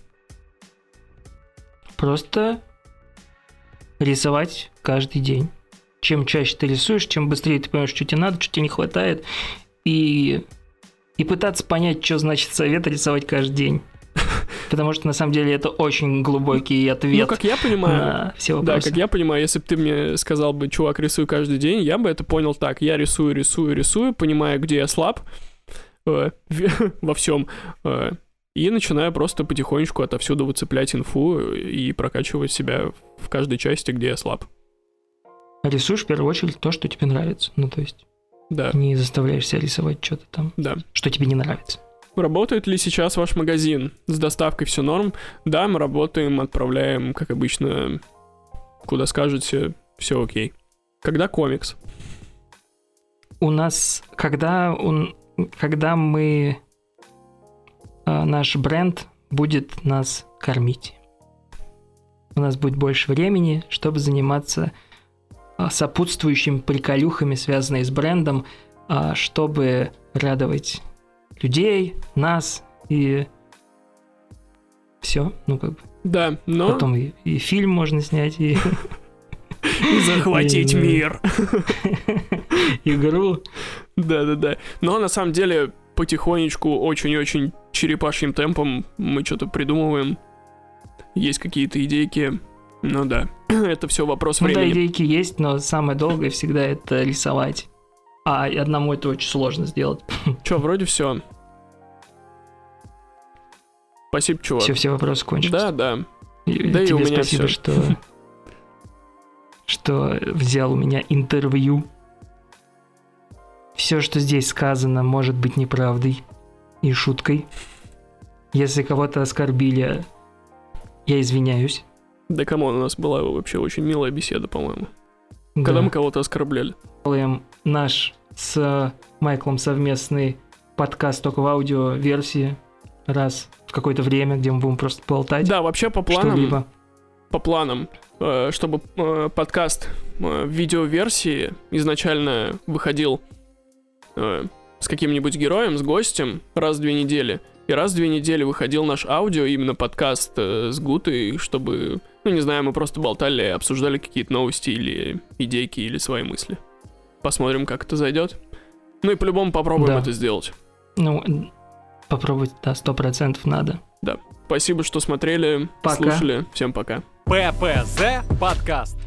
Просто рисовать каждый день. Чем чаще ты рисуешь, чем быстрее ты понимаешь, что тебе надо, что тебе не хватает. И, и пытаться понять, что значит совет рисовать каждый день. Потому что, на самом деле, это очень глубокий ответ. Ну, как я понимаю, на все вопросы. Да, как я понимаю, если бы ты мне сказал бы, чувак, рисуй каждый день, я бы это понял так. Я рисую, рисую, рисую, понимаю, где я слаб э, во всем, э, и начинаю просто потихонечку отовсюду выцеплять инфу и прокачивать себя в каждой части, где я слаб. Рисуешь в первую очередь то, что тебе нравится. Ну, то есть, да. Не заставляешь себя рисовать что-то там, да. что тебе не нравится. Работает ли сейчас ваш магазин? С доставкой все норм? Да, мы работаем, отправляем, как обычно, куда скажете, все окей. Когда комикс? У нас, когда, он, когда мы, э, наш бренд будет нас кормить. У нас будет больше времени, чтобы заниматься э, сопутствующими приколюхами, связанными с брендом, э, чтобы радовать людей, нас и все, ну как бы. Да, но... Потом и, и фильм можно снять, и... И захватить мир. Игру. Да-да-да. Но на самом деле потихонечку, очень-очень черепашьим темпом мы что-то придумываем. Есть какие-то идейки. Ну да, это все вопрос времени. Ну да, идейки есть, но самое долгое всегда это рисовать. А одному это очень сложно сделать. Че, вроде все. Спасибо, чувак. Все, все вопросы кончились. Да, да. И, да тебе и у меня спасибо, все. что, что взял у меня интервью. Все, что здесь сказано, может быть неправдой и шуткой. Если кого-то оскорбили, я извиняюсь. Да камон, у нас была вообще очень милая беседа, по-моему. Да. Когда мы кого-то оскорбляли. Делаем наш с Майклом совместный подкаст только в аудиоверсии раз в какое-то время, где мы будем просто болтать. Да, вообще по планам, что-либо. по планам, э, чтобы э, подкаст э, в видеоверсии изначально выходил э, с каким-нибудь героем, с гостем раз в две недели. И раз в две недели выходил наш аудио, именно подкаст э, с Гутой, чтобы, ну не знаю, мы просто болтали, обсуждали какие-то новости или идейки, или свои мысли. Посмотрим, как это зайдет. Ну и по-любому попробуем да. это сделать. Ну, попробовать, да, сто процентов надо. Да. Спасибо, что смотрели, пока. слушали. Всем пока. ППЗ подкаст.